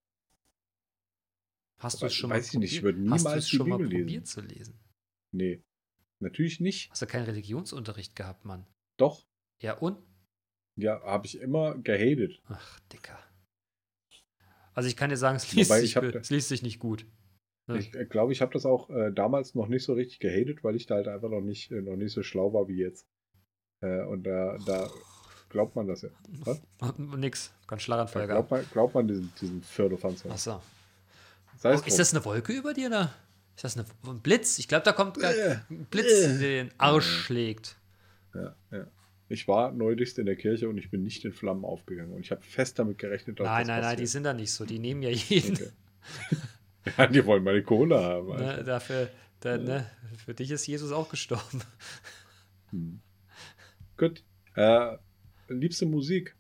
Hast du es schon mal Weiß ich nicht, ich probiert? würde Hast du niemals es die schon mal Bibel probiert lesen. zu lesen? Nee, natürlich nicht. Hast du keinen Religionsunterricht gehabt, Mann? Doch, Ja, und? ja, habe ich immer gehatet. Ach, Dicker. Also ich kann dir sagen, es liest, Wobei, sich, ich hab be- da- es liest sich nicht gut. Ne? Ich äh, glaube, ich habe das auch äh, damals noch nicht so richtig gehatet, weil ich da halt einfach noch nicht, äh, noch nicht so schlau war wie jetzt. Äh, und da, da glaubt man das ja. Was? Nix, kein Da Schlaganfall glaubt gehabt. man, glaubt man diesen, diesen Firlefanz. Ach so. Sei Oh, es ist drum. das eine Wolke über dir da? Ist das eine, ein Blitz? Ich glaube, da kommt gar- Äh, ein Blitz, äh. der den Arsch schlägt. Ja, ja. Ich war neulichst in der Kirche und ich bin nicht in Flammen aufgegangen. Und ich habe fest damit gerechnet, dass Nein, das nein, nein, die passiert. sind da nicht so. Die nehmen ja jeden. Okay. Ja, die wollen meine Kohle haben. Alter. Ne, dafür, da, ne, für dich ist Jesus auch gestorben. Hm. Gut. Äh, liebste Musik?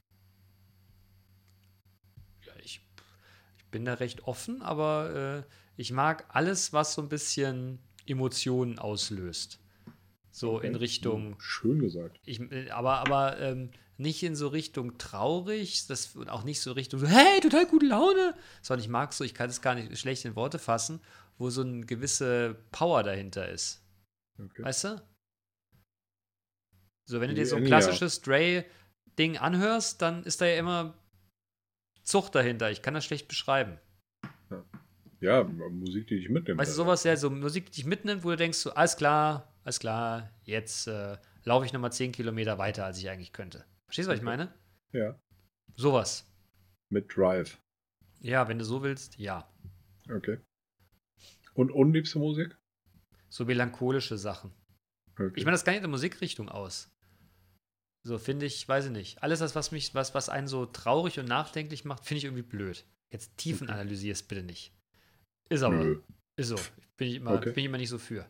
Ja, ich, ich bin da recht offen, aber äh, ich mag alles, was so ein bisschen Emotionen auslöst. So Okay. in Richtung, Schön gesagt. ich, äh, aber, aber ähm, nicht in so Richtung traurig, das, und auch nicht so Richtung so, hey, total gute Laune, sondern ich mag so, ich kann es gar nicht schlecht in Worte fassen, wo so eine gewisse Power dahinter ist. Okay. Weißt du? So, wenn du dir so ein Ja. klassisches Dre-Ding anhörst, dann ist da ja immer Zucht dahinter. Ich kann das schlecht beschreiben. Ja, Musik, die dich mitnimmt. Weißt du, sowas, ja, so Musik, die dich mitnimmt, wo du denkst, so, alles klar, alles klar, jetzt äh, laufe ich nochmal zehn Kilometer weiter, als ich eigentlich könnte. Verstehst du, was ich Okay. meine? Ja, Sowas. mit Drive. Ja, wenn du so willst, ja. Okay. Und unliebste Musik? So melancholische Sachen. Okay. Ich meine, das kann nicht in der Musikrichtung aus. So, finde ich, weiß ich nicht. Alles das, was mich, was, was einen so traurig und nachdenklich macht, finde ich irgendwie blöd. Jetzt Tiefen Okay. analysierst bitte nicht. Ist aber. Nö. Ist so. Bin ich, immer, Okay. bin ich immer nicht so für.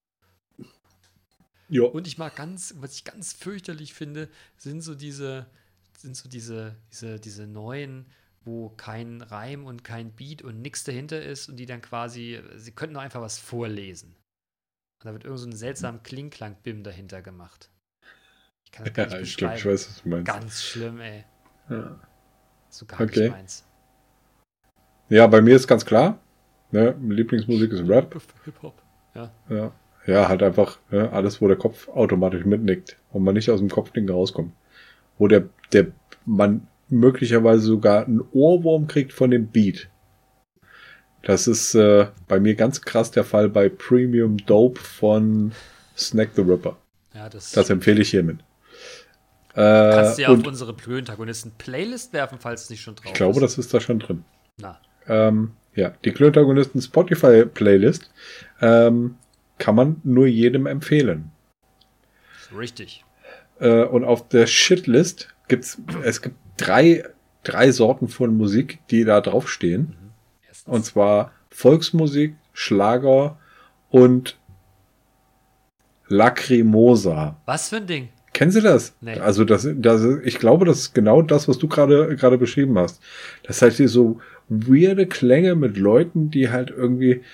Ja. Und ich mag ganz, was ich ganz fürchterlich finde, sind so diese, sind so diese, diese, diese neuen, wo kein Reim und kein Beat und nichts dahinter ist und die dann quasi, sie könnten nur einfach was vorlesen. Und da wird irgend so ein seltsamer Klingklang-Bim dahinter gemacht. Ich kann das gar Ja, nicht ich glaube, beschreiben. ich weiß, was du meinst. Ganz schlimm, ey. Ja. So gar Okay. nicht meins. Ja, bei mir ist ganz klar. Ne, Lieblingsmusik ist Rap. Hip-Hop. Ja. Ja, ja halt einfach ne, alles, wo der Kopf automatisch mitnickt und man nicht aus dem Kopfding rauskommt. Wo der, der man möglicherweise sogar einen Ohrwurm kriegt von dem Beat. Das ist äh, bei mir ganz krass der Fall bei Premium Dope von Snack the Rapper. Ja, das, Das empfehle ich hiermit. Kannst du Äh, ja auf und unsere Klöntagonisten-Playlist werfen, falls es nicht schon drauf ich glaube, ist. das ist da schon drin. Na, Ähm, ja, die Klöntagonisten Spotify-Playlist ähm, kann man nur jedem empfehlen. so richtig. Äh, und auf der Shitlist gibt's, es gibt drei, drei Sorten von Musik, die da draufstehen. Mhm. Erstens. Und zwar Volksmusik, Schlager und Lacrimosa. Was für ein Ding? Kennen Sie das? Nee. Also das, das, ich glaube, das ist genau das, was du gerade gerade beschrieben hast. Das heißt, hier so weirde Klänge mit Leuten, die halt irgendwie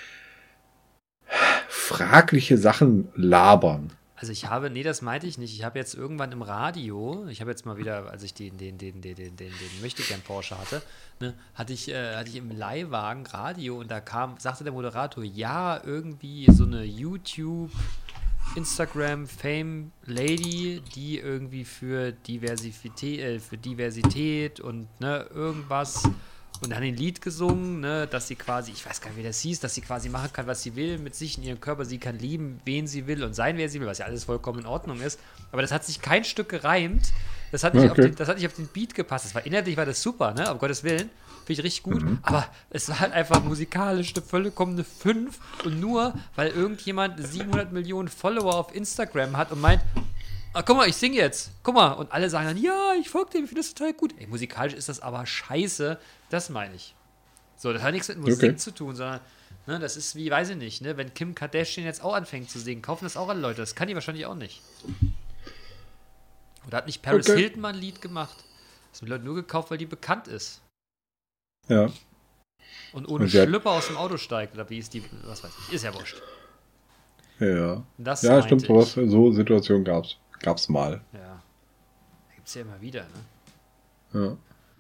fragliche Sachen labern. Also ich habe, nee, das meinte ich nicht. Ich habe jetzt irgendwann im Radio, ich habe jetzt mal wieder, als ich den, den, den, den, den, den, den Möchtegern Porsche hatte, ne, hatte ich, äh, hatte ich im Leihwagen Radio und da kam, sagte der Moderator, ja, irgendwie so eine YouTube, Instagram Fame Lady, die irgendwie für Diversität, äh, für Diversität und ne, irgendwas und dann ein Lied gesungen, ne, dass sie quasi, ich weiß gar nicht, wie das hieß, dass sie quasi machen kann, was sie will mit sich in ihrem Körper. Sie kann lieben, wen sie will und sein, wer sie will, was ja alles vollkommen in Ordnung ist. Aber das hat sich kein Stück gereimt. Das hat nicht, Okay. auf, den, das hat nicht auf den Beat gepasst. Das war inhaltlich war das super, ne? Um Gottes Willen. Finde ich richtig gut. Mhm. Aber es war halt einfach musikalisch eine vollkommene fünf. Und nur, weil irgendjemand siebenhundert Millionen Follower auf Instagram hat und meint, ah, guck mal, ich singe jetzt. Guck mal. Und alle sagen dann, ja, ich folge dem, ich finde das total gut. Ey, musikalisch ist das aber scheiße. Das meine ich. So, das hat nichts mit Musik Okay. zu tun, sondern ne, das ist wie, weiß ich nicht, ne, wenn Kim Kardashian jetzt auch anfängt zu singen, kaufen das auch alle Leute. Das kann die wahrscheinlich auch nicht. Oder hat nicht Paris Okay. Hilton mal ein Lied gemacht? Das haben die Leute nur gekauft, weil die bekannt ist. Ja. Und ohne Und sie hat- Schlüpper aus dem Auto steigt. Oder wie ist die, was weiß ich. Ist ja wurscht. Ja. Das Ja, meinte stimmt, ich. sowas, so Situationen gab's. Gab's mal. Ja. Gibt's ja immer wieder, ne? Ja.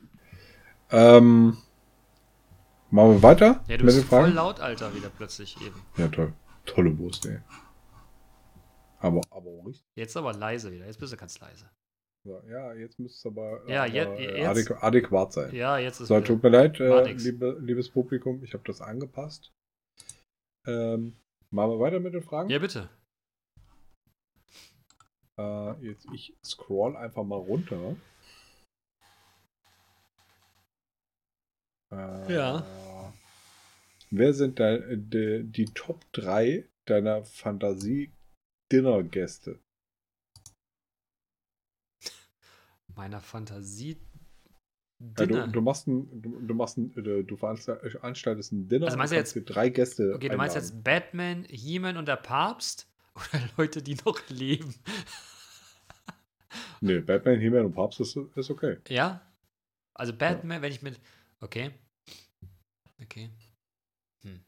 Ähm, machen wir weiter Ja, du mit bist den Fragen? voll laut, Alter, wieder plötzlich eben. Ja, toll. Tolle Wurst, ey. Aber, aber auch richtig. Jetzt aber leise wieder. Jetzt bist du ganz leise. So, ja, jetzt müsste es aber, Ja, aber je- äh, jetzt- adäqu adäquat sein. Ja, jetzt ist So, wieder- tut mir leid, War äh, nix. liebe, liebes Publikum, ich habe das angepasst. Ähm, machen wir weiter mit den Fragen? Ja, bitte. Äh, jetzt, ich scroll einfach mal runter. Äh, Ja. Wer sind da, äh, die, die Top drei deiner Fantasie-Dinner-Gäste? Meiner Fantasie. Ja, Dinner. du, du machst ein, du, du machst ein, du du veranstaltest ein Dinner Also meinst und du kannst dir drei Gäste Okay, du meinst einladen. jetzt Batman, He-Man und der Papst? Oder Leute, die noch leben? Nee, Batman, He-Man und Papst ist, ist okay. Ja? Also Batman, wenn ich mit. Okay. Okay. Hm.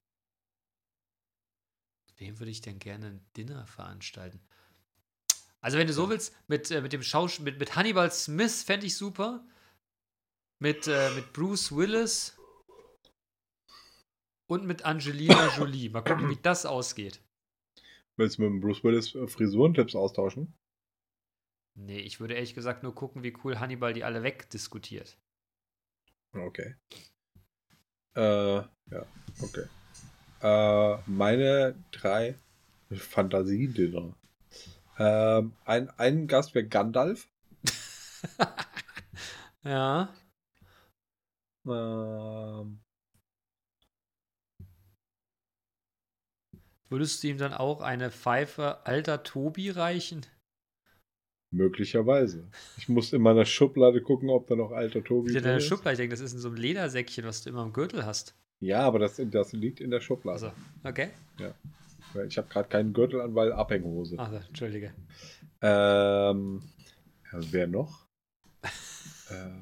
Mit wem würde ich denn gerne ein Dinner veranstalten? Also, wenn du so willst, mit, äh, mit dem Schauspiel, mit, mit Hannibal Smith fände ich super. Mit, äh, mit Bruce Willis. Und mit Angelina Jolie. Mal gucken, wie das ausgeht. Willst du mit dem Bruce Willis äh, Frisurentipps austauschen? Nee, ich würde ehrlich gesagt nur gucken, wie cool Hannibal die alle wegdiskutiert. Okay. Äh, ja, okay. Äh, meine drei Fantasiedinner. Ähm, ein, ein Gast wäre Gandalf. Ja. Ähm, Würdest du ihm dann auch eine Pfeife alter Tobi reichen? möglicherweise. Ich muss in meiner Schublade gucken, ob da noch alter Tobi Wieder drin deine ist. Schublade, ich denke, das ist in so einem Ledersäckchen, was du immer im Gürtel hast. Ja, aber das, das liegt in der Schublade. Also, okay. Weil Ich habe gerade keinen Gürtel an, weil Abhänghose. Also, entschuldige. Ähm, ja, wer noch? äh,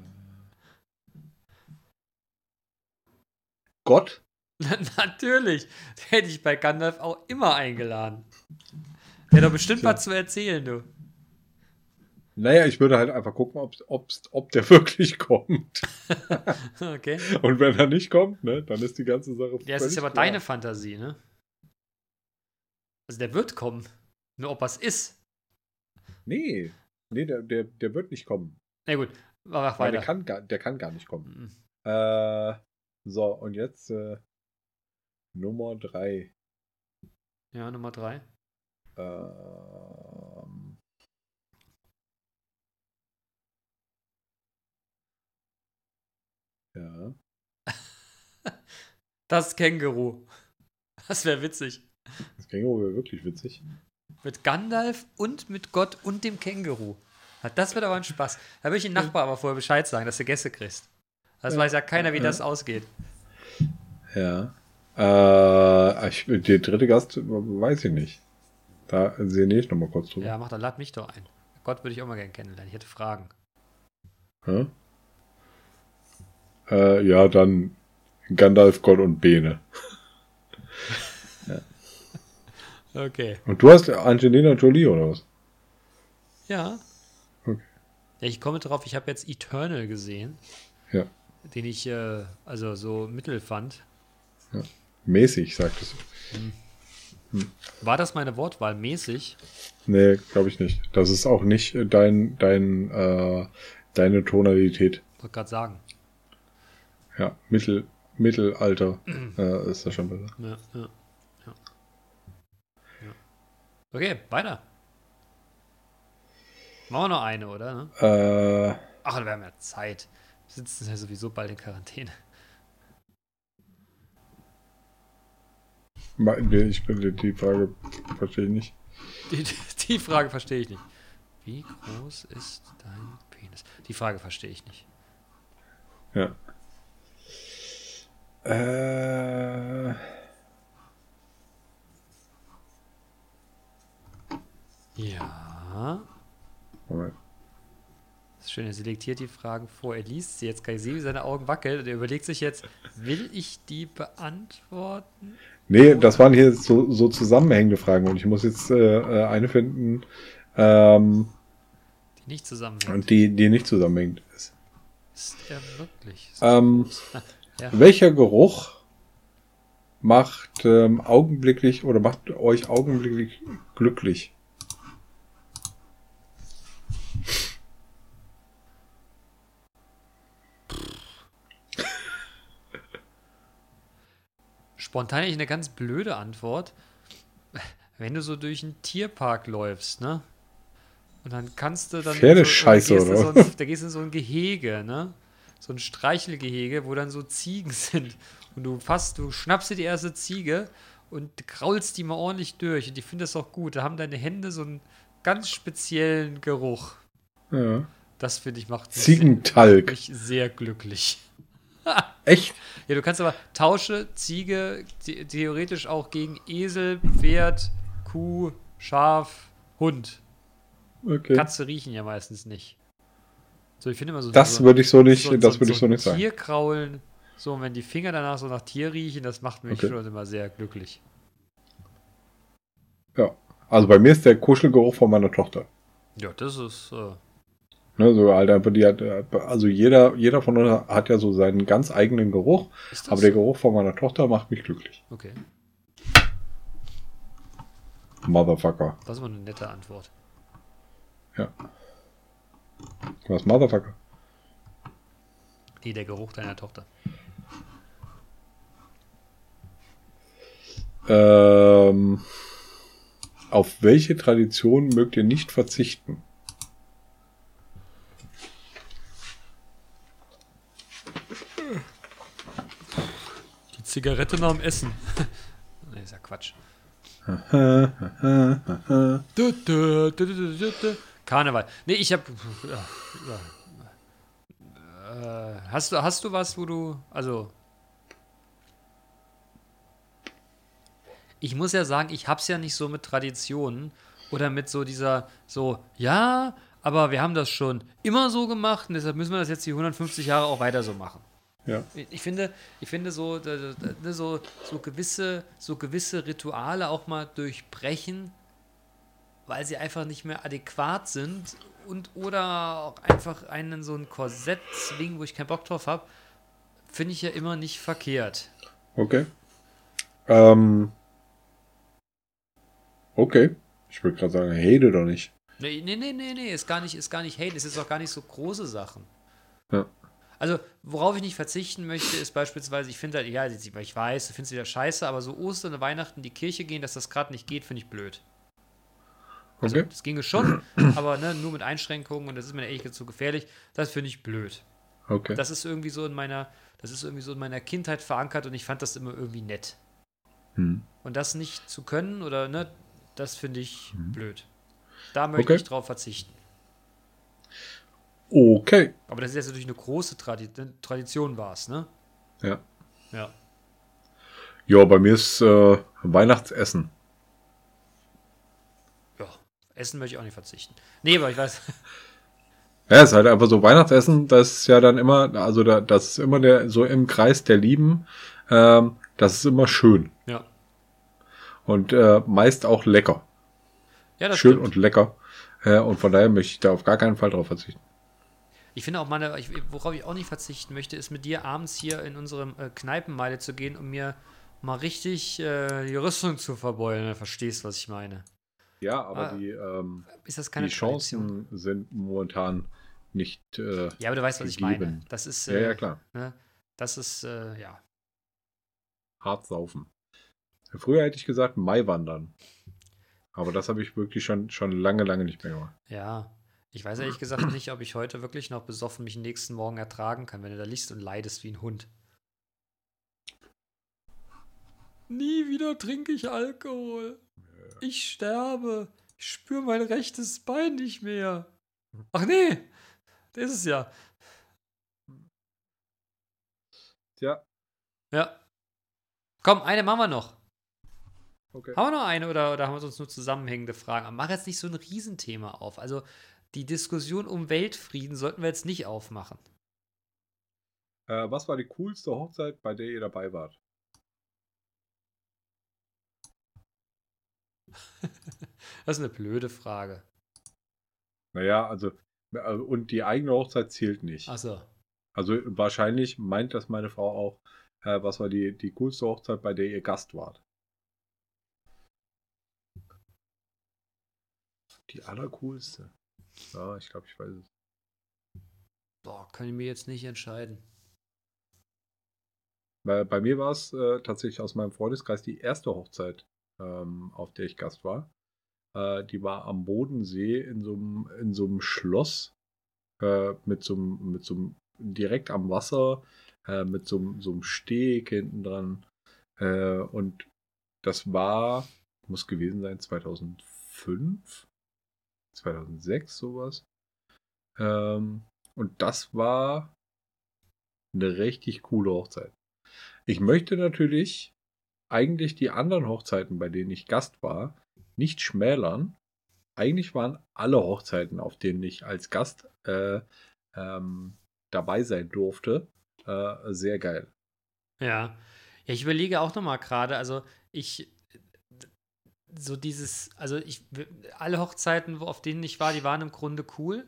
Gott? Natürlich. Den hätte ich bei Gandalf auch immer eingeladen. Der hat doch bestimmt Tja. was zu erzählen, du. Naja, ich würde halt einfach gucken, ob's, ob's, ob der wirklich kommt. Okay. Und wenn er nicht kommt, ne, dann ist die ganze Sache Ja, es ist völlig ja aber klar. deine Fantasie, ne? Also, der wird kommen. Nur ob er es ist. Nee, nee, der, der, der wird nicht kommen. Na gut, mach Weil der weiter. kann, gar, der kann gar nicht kommen. Mhm. Äh, so, und jetzt äh, Nummer drei. Ja, Nummer drei. Ähm, Ja. Das Känguru. Das wäre witzig. Das Känguru wäre wirklich witzig. Mit Gandalf und mit Gott und dem Känguru. Das wird aber ein Spaß. Da will ich den Nachbar aber vorher Bescheid sagen, dass du Gäste kriegst. Das Ja. weiß ja keiner, wie Ja. das ausgeht. Ja. Äh, ich, der dritte Gast weiß ich nicht. Da sehe ich nochmal kurz drüber. Ja, mach dann, lad mich doch ein. Gott würde ich auch mal gerne kennenlernen. Ich hätte Fragen. Ja, äh, ja dann Gandalf, Gott und Bene. Okay. Und du hast Angelina Jolie oder was? Ja. Okay. Ja, ich komme drauf, ich habe jetzt Eternal gesehen, Ja. den ich äh, also so mittel fand. Mäßig, sagtest du. War das meine Wortwahl mäßig? Nee, glaube ich nicht. Das ist auch nicht dein, dein, äh, deine Tonalität. Wollte gerade sagen. Ja, Mittel, Mittelalter äh, ist das schon besser. Ja, ja, ja. ja. Okay, weiter. Machen wir noch eine, oder? Ne? Äh, Ach, wir haben ja Zeit. Wir sitzen ja sowieso bald in Quarantäne. ma- nee, ich bin die Frage verstehe ich nicht. Die, die Frage verstehe ich nicht. Wie groß ist dein Penis? Die Frage verstehe ich nicht. Ja. Äh, Ja. Moment. Das ist schön, er selektiert die Fragen vor. Er liest sie. Jetzt kann ich sehen, wie seine Augen wackeln. Und er überlegt sich jetzt, will ich die beantworten? Nee, das waren hier so, so zusammenhängende Fragen und ich muss jetzt äh, eine finden, ähm, Die nicht zusammenhängt. die, die nicht zusammenhängt ist. Ist er wirklich so Ähm, groß? Ja. Welcher Geruch macht ähm, augenblicklich oder macht euch augenblicklich glücklich? Spontan eigentlich eine ganz blöde Antwort. Wenn du so durch einen Tierpark läufst, ne? Und dann kannst du dann. Pferdescheiße, so, oder? Gehst du oder? so ein, da gehst du in so ein Gehege, ne? So ein Streichelgehege, wo dann so Ziegen sind. Und du fasst, du schnappst dir die erste Ziege und kraulst die mal ordentlich durch. Und ich finde das auch gut. Da haben deine Hände so einen ganz speziellen Geruch. Ja. Das finde ich macht mich Ziegentalg. mich sehr glücklich. Echt? Ja, du kannst aber tausche Ziege the theoretisch auch gegen Esel, Pferd, Kuh, Schaf, Hund. Okay. Katze riechen ja meistens nicht. So, ich finde immer so. Das so, würde ich so nicht, so, das so, würde ich so nicht sagen. Tier kraulen, so, und wenn die Finger danach so nach Tier riechen, das macht mich Okay. schon immer sehr glücklich. Ja. Also bei mir ist der Kuschelgeruch von meiner Tochter. Ja, das ist. Äh, Ne, so halt einfach, die hat, also jeder, jeder von uns hat ja so seinen ganz eigenen Geruch, ist das aber der so? Geruch von meiner Tochter macht mich glücklich. Okay, Motherfucker. das ist mal eine nette Antwort. Ja. Was Motherfucker? Nee, der Geruch deiner Tochter. Ähm, auf welche Tradition mögt ihr nicht verzichten? Die Zigarette nach dem Essen. Nee, ist ja Quatsch. Du, du, du, du, du, du, du. Karneval. Nee, ich hab. Äh, hast, du, hast du was, wo du. Also. Ich muss ja sagen, ich hab's ja nicht so mit Traditionen oder mit so dieser. So, ja, aber wir haben das schon immer so gemacht und deshalb müssen wir das jetzt die hundertfünfzig Jahre auch weiter so machen. Ja. Ich finde, ich finde so, da- da- da- so, so, gewisse, so gewisse Rituale auch mal durchbrechen, weil sie einfach nicht mehr adäquat sind und oder auch einfach einen so ein Korsett zwingen, wo ich keinen Bock drauf habe, finde ich ja immer nicht verkehrt. Okay. Ähm, okay. Ich würde gerade sagen, hate doch nicht. Nee, nee, nee, nee, nee, ist gar nicht, ist gar nicht hate, es ist auch gar nicht so große Sachen. Ja. Also, worauf ich nicht verzichten möchte, ist beispielsweise, ich finde halt, ja, ich weiß, du findest wieder scheiße, aber so Ostern und Weihnachten in die Kirche gehen, dass das gerade nicht geht, finde ich blöd. Also, Okay. das ginge schon, aber ne, nur mit Einschränkungen und das ist mir ehrlich gesagt zu gefährlich. Das finde ich blöd. Okay. Das ist irgendwie so in meiner, das ist irgendwie so in meiner Kindheit verankert und ich fand das immer irgendwie nett. Hm. Und das nicht zu können oder ne, das finde ich Hm. blöd. Da möchte Okay. ich drauf verzichten. Okay. Aber das ist jetzt natürlich eine große Tradi Tradition war es, ne? Ja. Ja. Ja, bei mir ist äh, Weihnachtsessen. Ja. Essen möchte ich auch nicht verzichten. Nee, aber ich weiß. Ja, ist halt einfach so Weihnachtsessen, das ist ja dann immer, also da, das ist immer der, so im Kreis der Lieben, ähm, das ist immer schön. Ja. Und äh, meist auch lecker. Ja, das Schön stimmt. und lecker. Äh, und von daher möchte ich da auf gar keinen Fall drauf verzichten. Ich finde auch, meine, ich, worauf ich auch nicht verzichten möchte, ist mit dir abends hier in unserem äh, Kneipenmeile zu gehen, um mir mal richtig äh, die Rüstung zu verbeulen. Du verstehst, was ich meine. Ja, aber Ah, die, ähm, ist das keine die Tradition? Chancen sind momentan nicht äh, Ja, aber du weißt, was ich meine. gegeben. Das ist, Ja, ja, äh, klar. ne, das ist, äh, ja. Hart saufen. Früher hätte ich gesagt Mai wandern. Aber das habe ich wirklich schon, schon lange, lange nicht mehr gemacht. Ja. Ich weiß ehrlich gesagt nicht, ob ich heute wirklich noch besoffen mich nächsten Morgen ertragen kann, wenn du da liegst und leidest wie ein Hund. Nie wieder trinke ich Alkohol. Ich sterbe. Ich spüre mein rechtes Bein nicht mehr. Ach nee, das ist es ja. Tja, Ja. Komm, eine machen wir noch. okay. Haben wir noch eine oder, oder haben wir sonst nur zusammenhängende Fragen? Aber mach jetzt nicht so ein Riesenthema auf. Also die Diskussion um Weltfrieden sollten wir jetzt nicht aufmachen. Äh, was war die coolste Hochzeit, bei der ihr dabei wart? Das ist eine blöde Frage. Naja, also, äh, und die eigene Hochzeit zählt nicht. Achso. Also wahrscheinlich meint das meine Frau auch, äh, was war die, die coolste Hochzeit, bei der ihr Gast wart? Die allercoolste. Ja, ich glaube, ich weiß es. Boah, kann ich mir jetzt nicht entscheiden. Bei, bei mir war es äh, tatsächlich aus meinem Freundeskreis die erste Hochzeit, ähm, auf der ich Gast war. Äh, die war am Bodensee in so einem in so einem Schloss äh, mit so einem, mit so einem direkt am Wasser, äh, mit so, einem- so einem Steg hinten dran. Äh, und das war, muss gewesen sein, zweitausendfünf, zweitausendsechs, sowas. Ähm, und das war eine richtig coole Hochzeit. Ich möchte natürlich eigentlich die anderen Hochzeiten, bei denen ich Gast war, nicht schmälern. Eigentlich waren alle Hochzeiten, auf denen ich als Gast äh, ähm, dabei sein durfte, äh, sehr geil. Ja. Ja, ich überlege auch nochmal gerade, also ich, so dieses, also ich, alle Hochzeiten, wo, auf denen ich war, die waren im Grunde cool.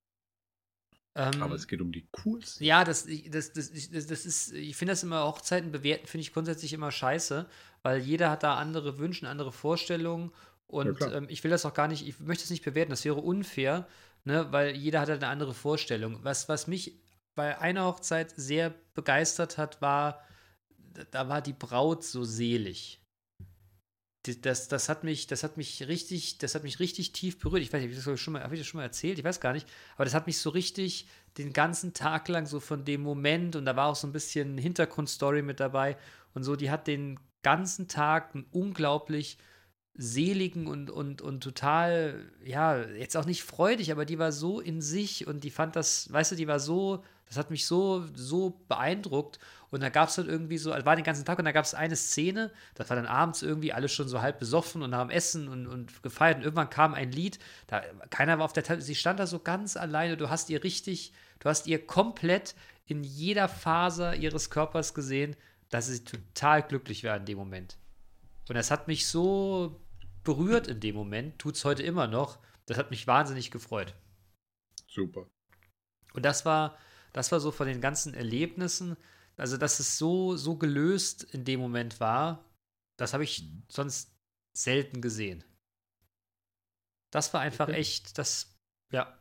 Aber Ähm, es geht um die coolsten. Ja, das, ich- das, das, ich- das, das ist, ich finde das immer, Hochzeiten bewerten, finde ich grundsätzlich immer scheiße, weil jeder hat da andere Wünsche, andere Vorstellungen Ja, und klar. ähm, ich will das auch gar nicht, ich möchte es nicht bewerten, das wäre unfair, ne, weil jeder hat halt eine andere Vorstellung. Was, was mich bei einer Hochzeit sehr begeistert hat, war, da war die Braut so selig. Die- Das, das hat mich, das hat mich richtig, das hat mich richtig tief berührt. Ich weiß nicht, habe ich das schon mal, habe ich das schon mal erzählt? Ich weiß gar nicht. Aber das hat mich so richtig den ganzen Tag lang so von dem Moment und da war auch so ein bisschen Hintergrundstory mit dabei und so. Die hat den ganzen Tag einen unglaublich seligen und, und, und total, ja, jetzt auch nicht freudig, aber die war so in sich und die fand das, weißt du, die war so, das hat mich so, so beeindruckt. Und da gab es dann irgendwie so, also war den ganzen Tag und da gab es eine Szene, das war dann abends irgendwie alle schon so halb besoffen und haben Essen und, und gefeiert und irgendwann kam ein Lied, da, keiner war auf der Tafel, sie stand da so ganz alleine, du hast ihr richtig, du hast ihr komplett in jeder Faser ihres Körpers gesehen, dass sie total glücklich war in dem Moment. Und das hat mich so berührt in dem Moment, tut es heute immer noch. Das hat mich wahnsinnig gefreut. Super. Und das war, das war so von den ganzen Erlebnissen, also dass es so, so gelöst in dem Moment war, das habe ich Mhm. sonst selten gesehen. Das war einfach Okay. echt, das, ja,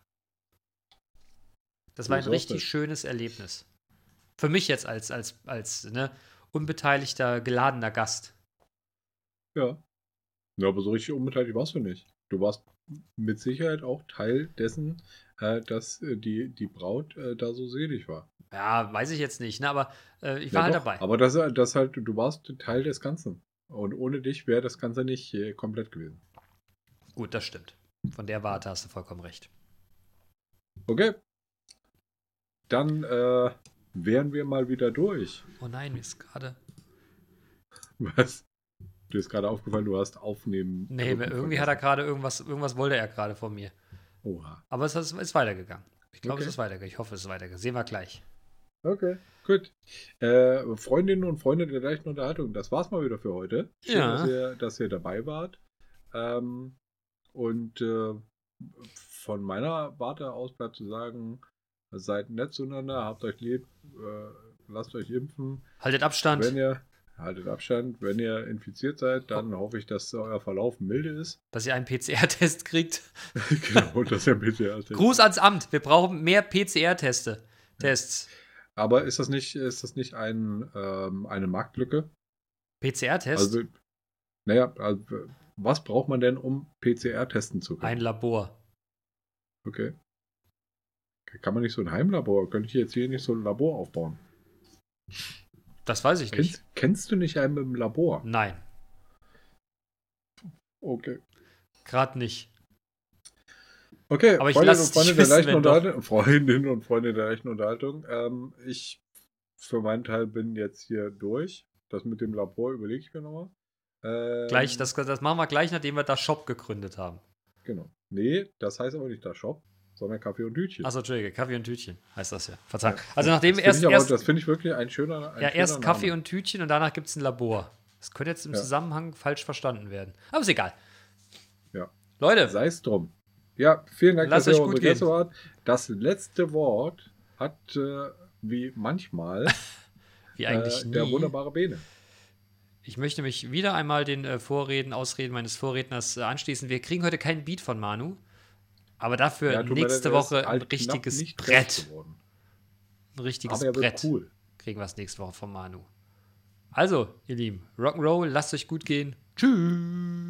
das So war ein ist das richtig nicht. schönes Erlebnis. Für mich jetzt als, als, als ne, unbeteiligter, geladener Gast. Ja. Ja, aber so richtig unbeteiligt warst du nicht. Du warst mit Sicherheit auch Teil dessen, äh, dass äh, die, die Braut äh, da so selig war. Ja, weiß ich jetzt nicht, ne? Aber äh, ich Ja, war halt doch, dabei. aber das, das halt, du warst Teil des Ganzen. Und ohne dich wäre das Ganze nicht äh, komplett gewesen. Gut, das stimmt. Von der Warte hast du vollkommen recht. Okay. Dann äh, wären wir mal wieder durch. Oh nein, mir ist gerade. Was? Dir ist gerade aufgefallen, du hast aufnehmen. Nee, drücken irgendwie hat er vergessen. gerade irgendwas, irgendwas wollte er gerade von mir. Oha. Aber es ist, ist weitergegangen. Ich glaube, Okay. es ist weitergegangen. Ich hoffe, es ist weitergegangen. Sehen wir gleich. Okay, gut. Äh, Freundinnen und Freunde der leichten Unterhaltung, das war's mal wieder für heute. Schön, Ja. dass, ihr, dass ihr dabei wart. Ähm, und äh, von meiner Warte aus bleibt zu sagen, seid nett zueinander, habt euch lieb, äh, lasst euch impfen. Haltet Abstand. Wenn ihr, haltet Abstand, wenn ihr infiziert seid, dann hoffe ich, dass euer Verlauf milde ist. Dass ihr einen P C R-Test kriegt. Genau, dass ihr bitte erst. Gruß ans Amt. Wir brauchen mehr P C R-Teste. Tests. Aber ist das nicht, ist das nicht ein, ähm, eine Marktlücke? P C R-Test? Also, naja, also, was braucht man denn, um P C R testen zu können? Ein Labor. Okay. Kann man nicht so ein Heimlabor? Könnte ich jetzt hier nicht so ein Labor aufbauen? Das weiß ich nicht. Kennst, kennst du nicht einen im Labor? Nein, Okay. gerade nicht. Okay, Aber ich Freundinnen lass und Freunde dich der wissen, leichten wenn doch. Unterhaltung. Freundinnen und Freunde der leichten Unterhaltung. Ähm, ich für meinen Teil bin jetzt hier durch. Das mit dem Labor überlege ich mir nochmal. Ähm, Gleich, das, das machen wir gleich, nachdem wir das Shop gegründet haben. Genau. Nee, das heißt aber nicht der Shop, sondern Kaffee und Tütchen. Achso, Entschuldige, Kaffee und Tütchen heißt das ja. Verzeihung. Ja. Also nachdem das wir erst, finde ich, aber- erst, das finde ich wirklich ein schöner ein ja, schöner erst Kaffee Name. und Tütchen und danach gibt es ein Labor. Das könnte jetzt im Ja. Zusammenhang falsch verstanden werden. Aber ist egal. Ja. Leute, Sei es drum. Ja, vielen Dank, Lasst dass ihr euch gut unsere Gäste gehen. wart. Das letzte Wort hat, äh, wie manchmal, wie eigentlich äh, der nie. wunderbare Bene. Ich möchte mich wieder einmal den äh, Vorreden, Ausreden meines Vorredners äh, anschließen. Wir kriegen heute keinen Beat von Manu, aber dafür Ja, tut mir nächste leid, er ist Woche ein halt knapp richtiges nicht groß Brett. geworden. Ein richtiges Aber er wird Brett. cool. Kriegen wir es nächste Woche von Manu. Also, ihr Lieben, Rock'n'Roll, lasst euch gut gehen. Tschüss.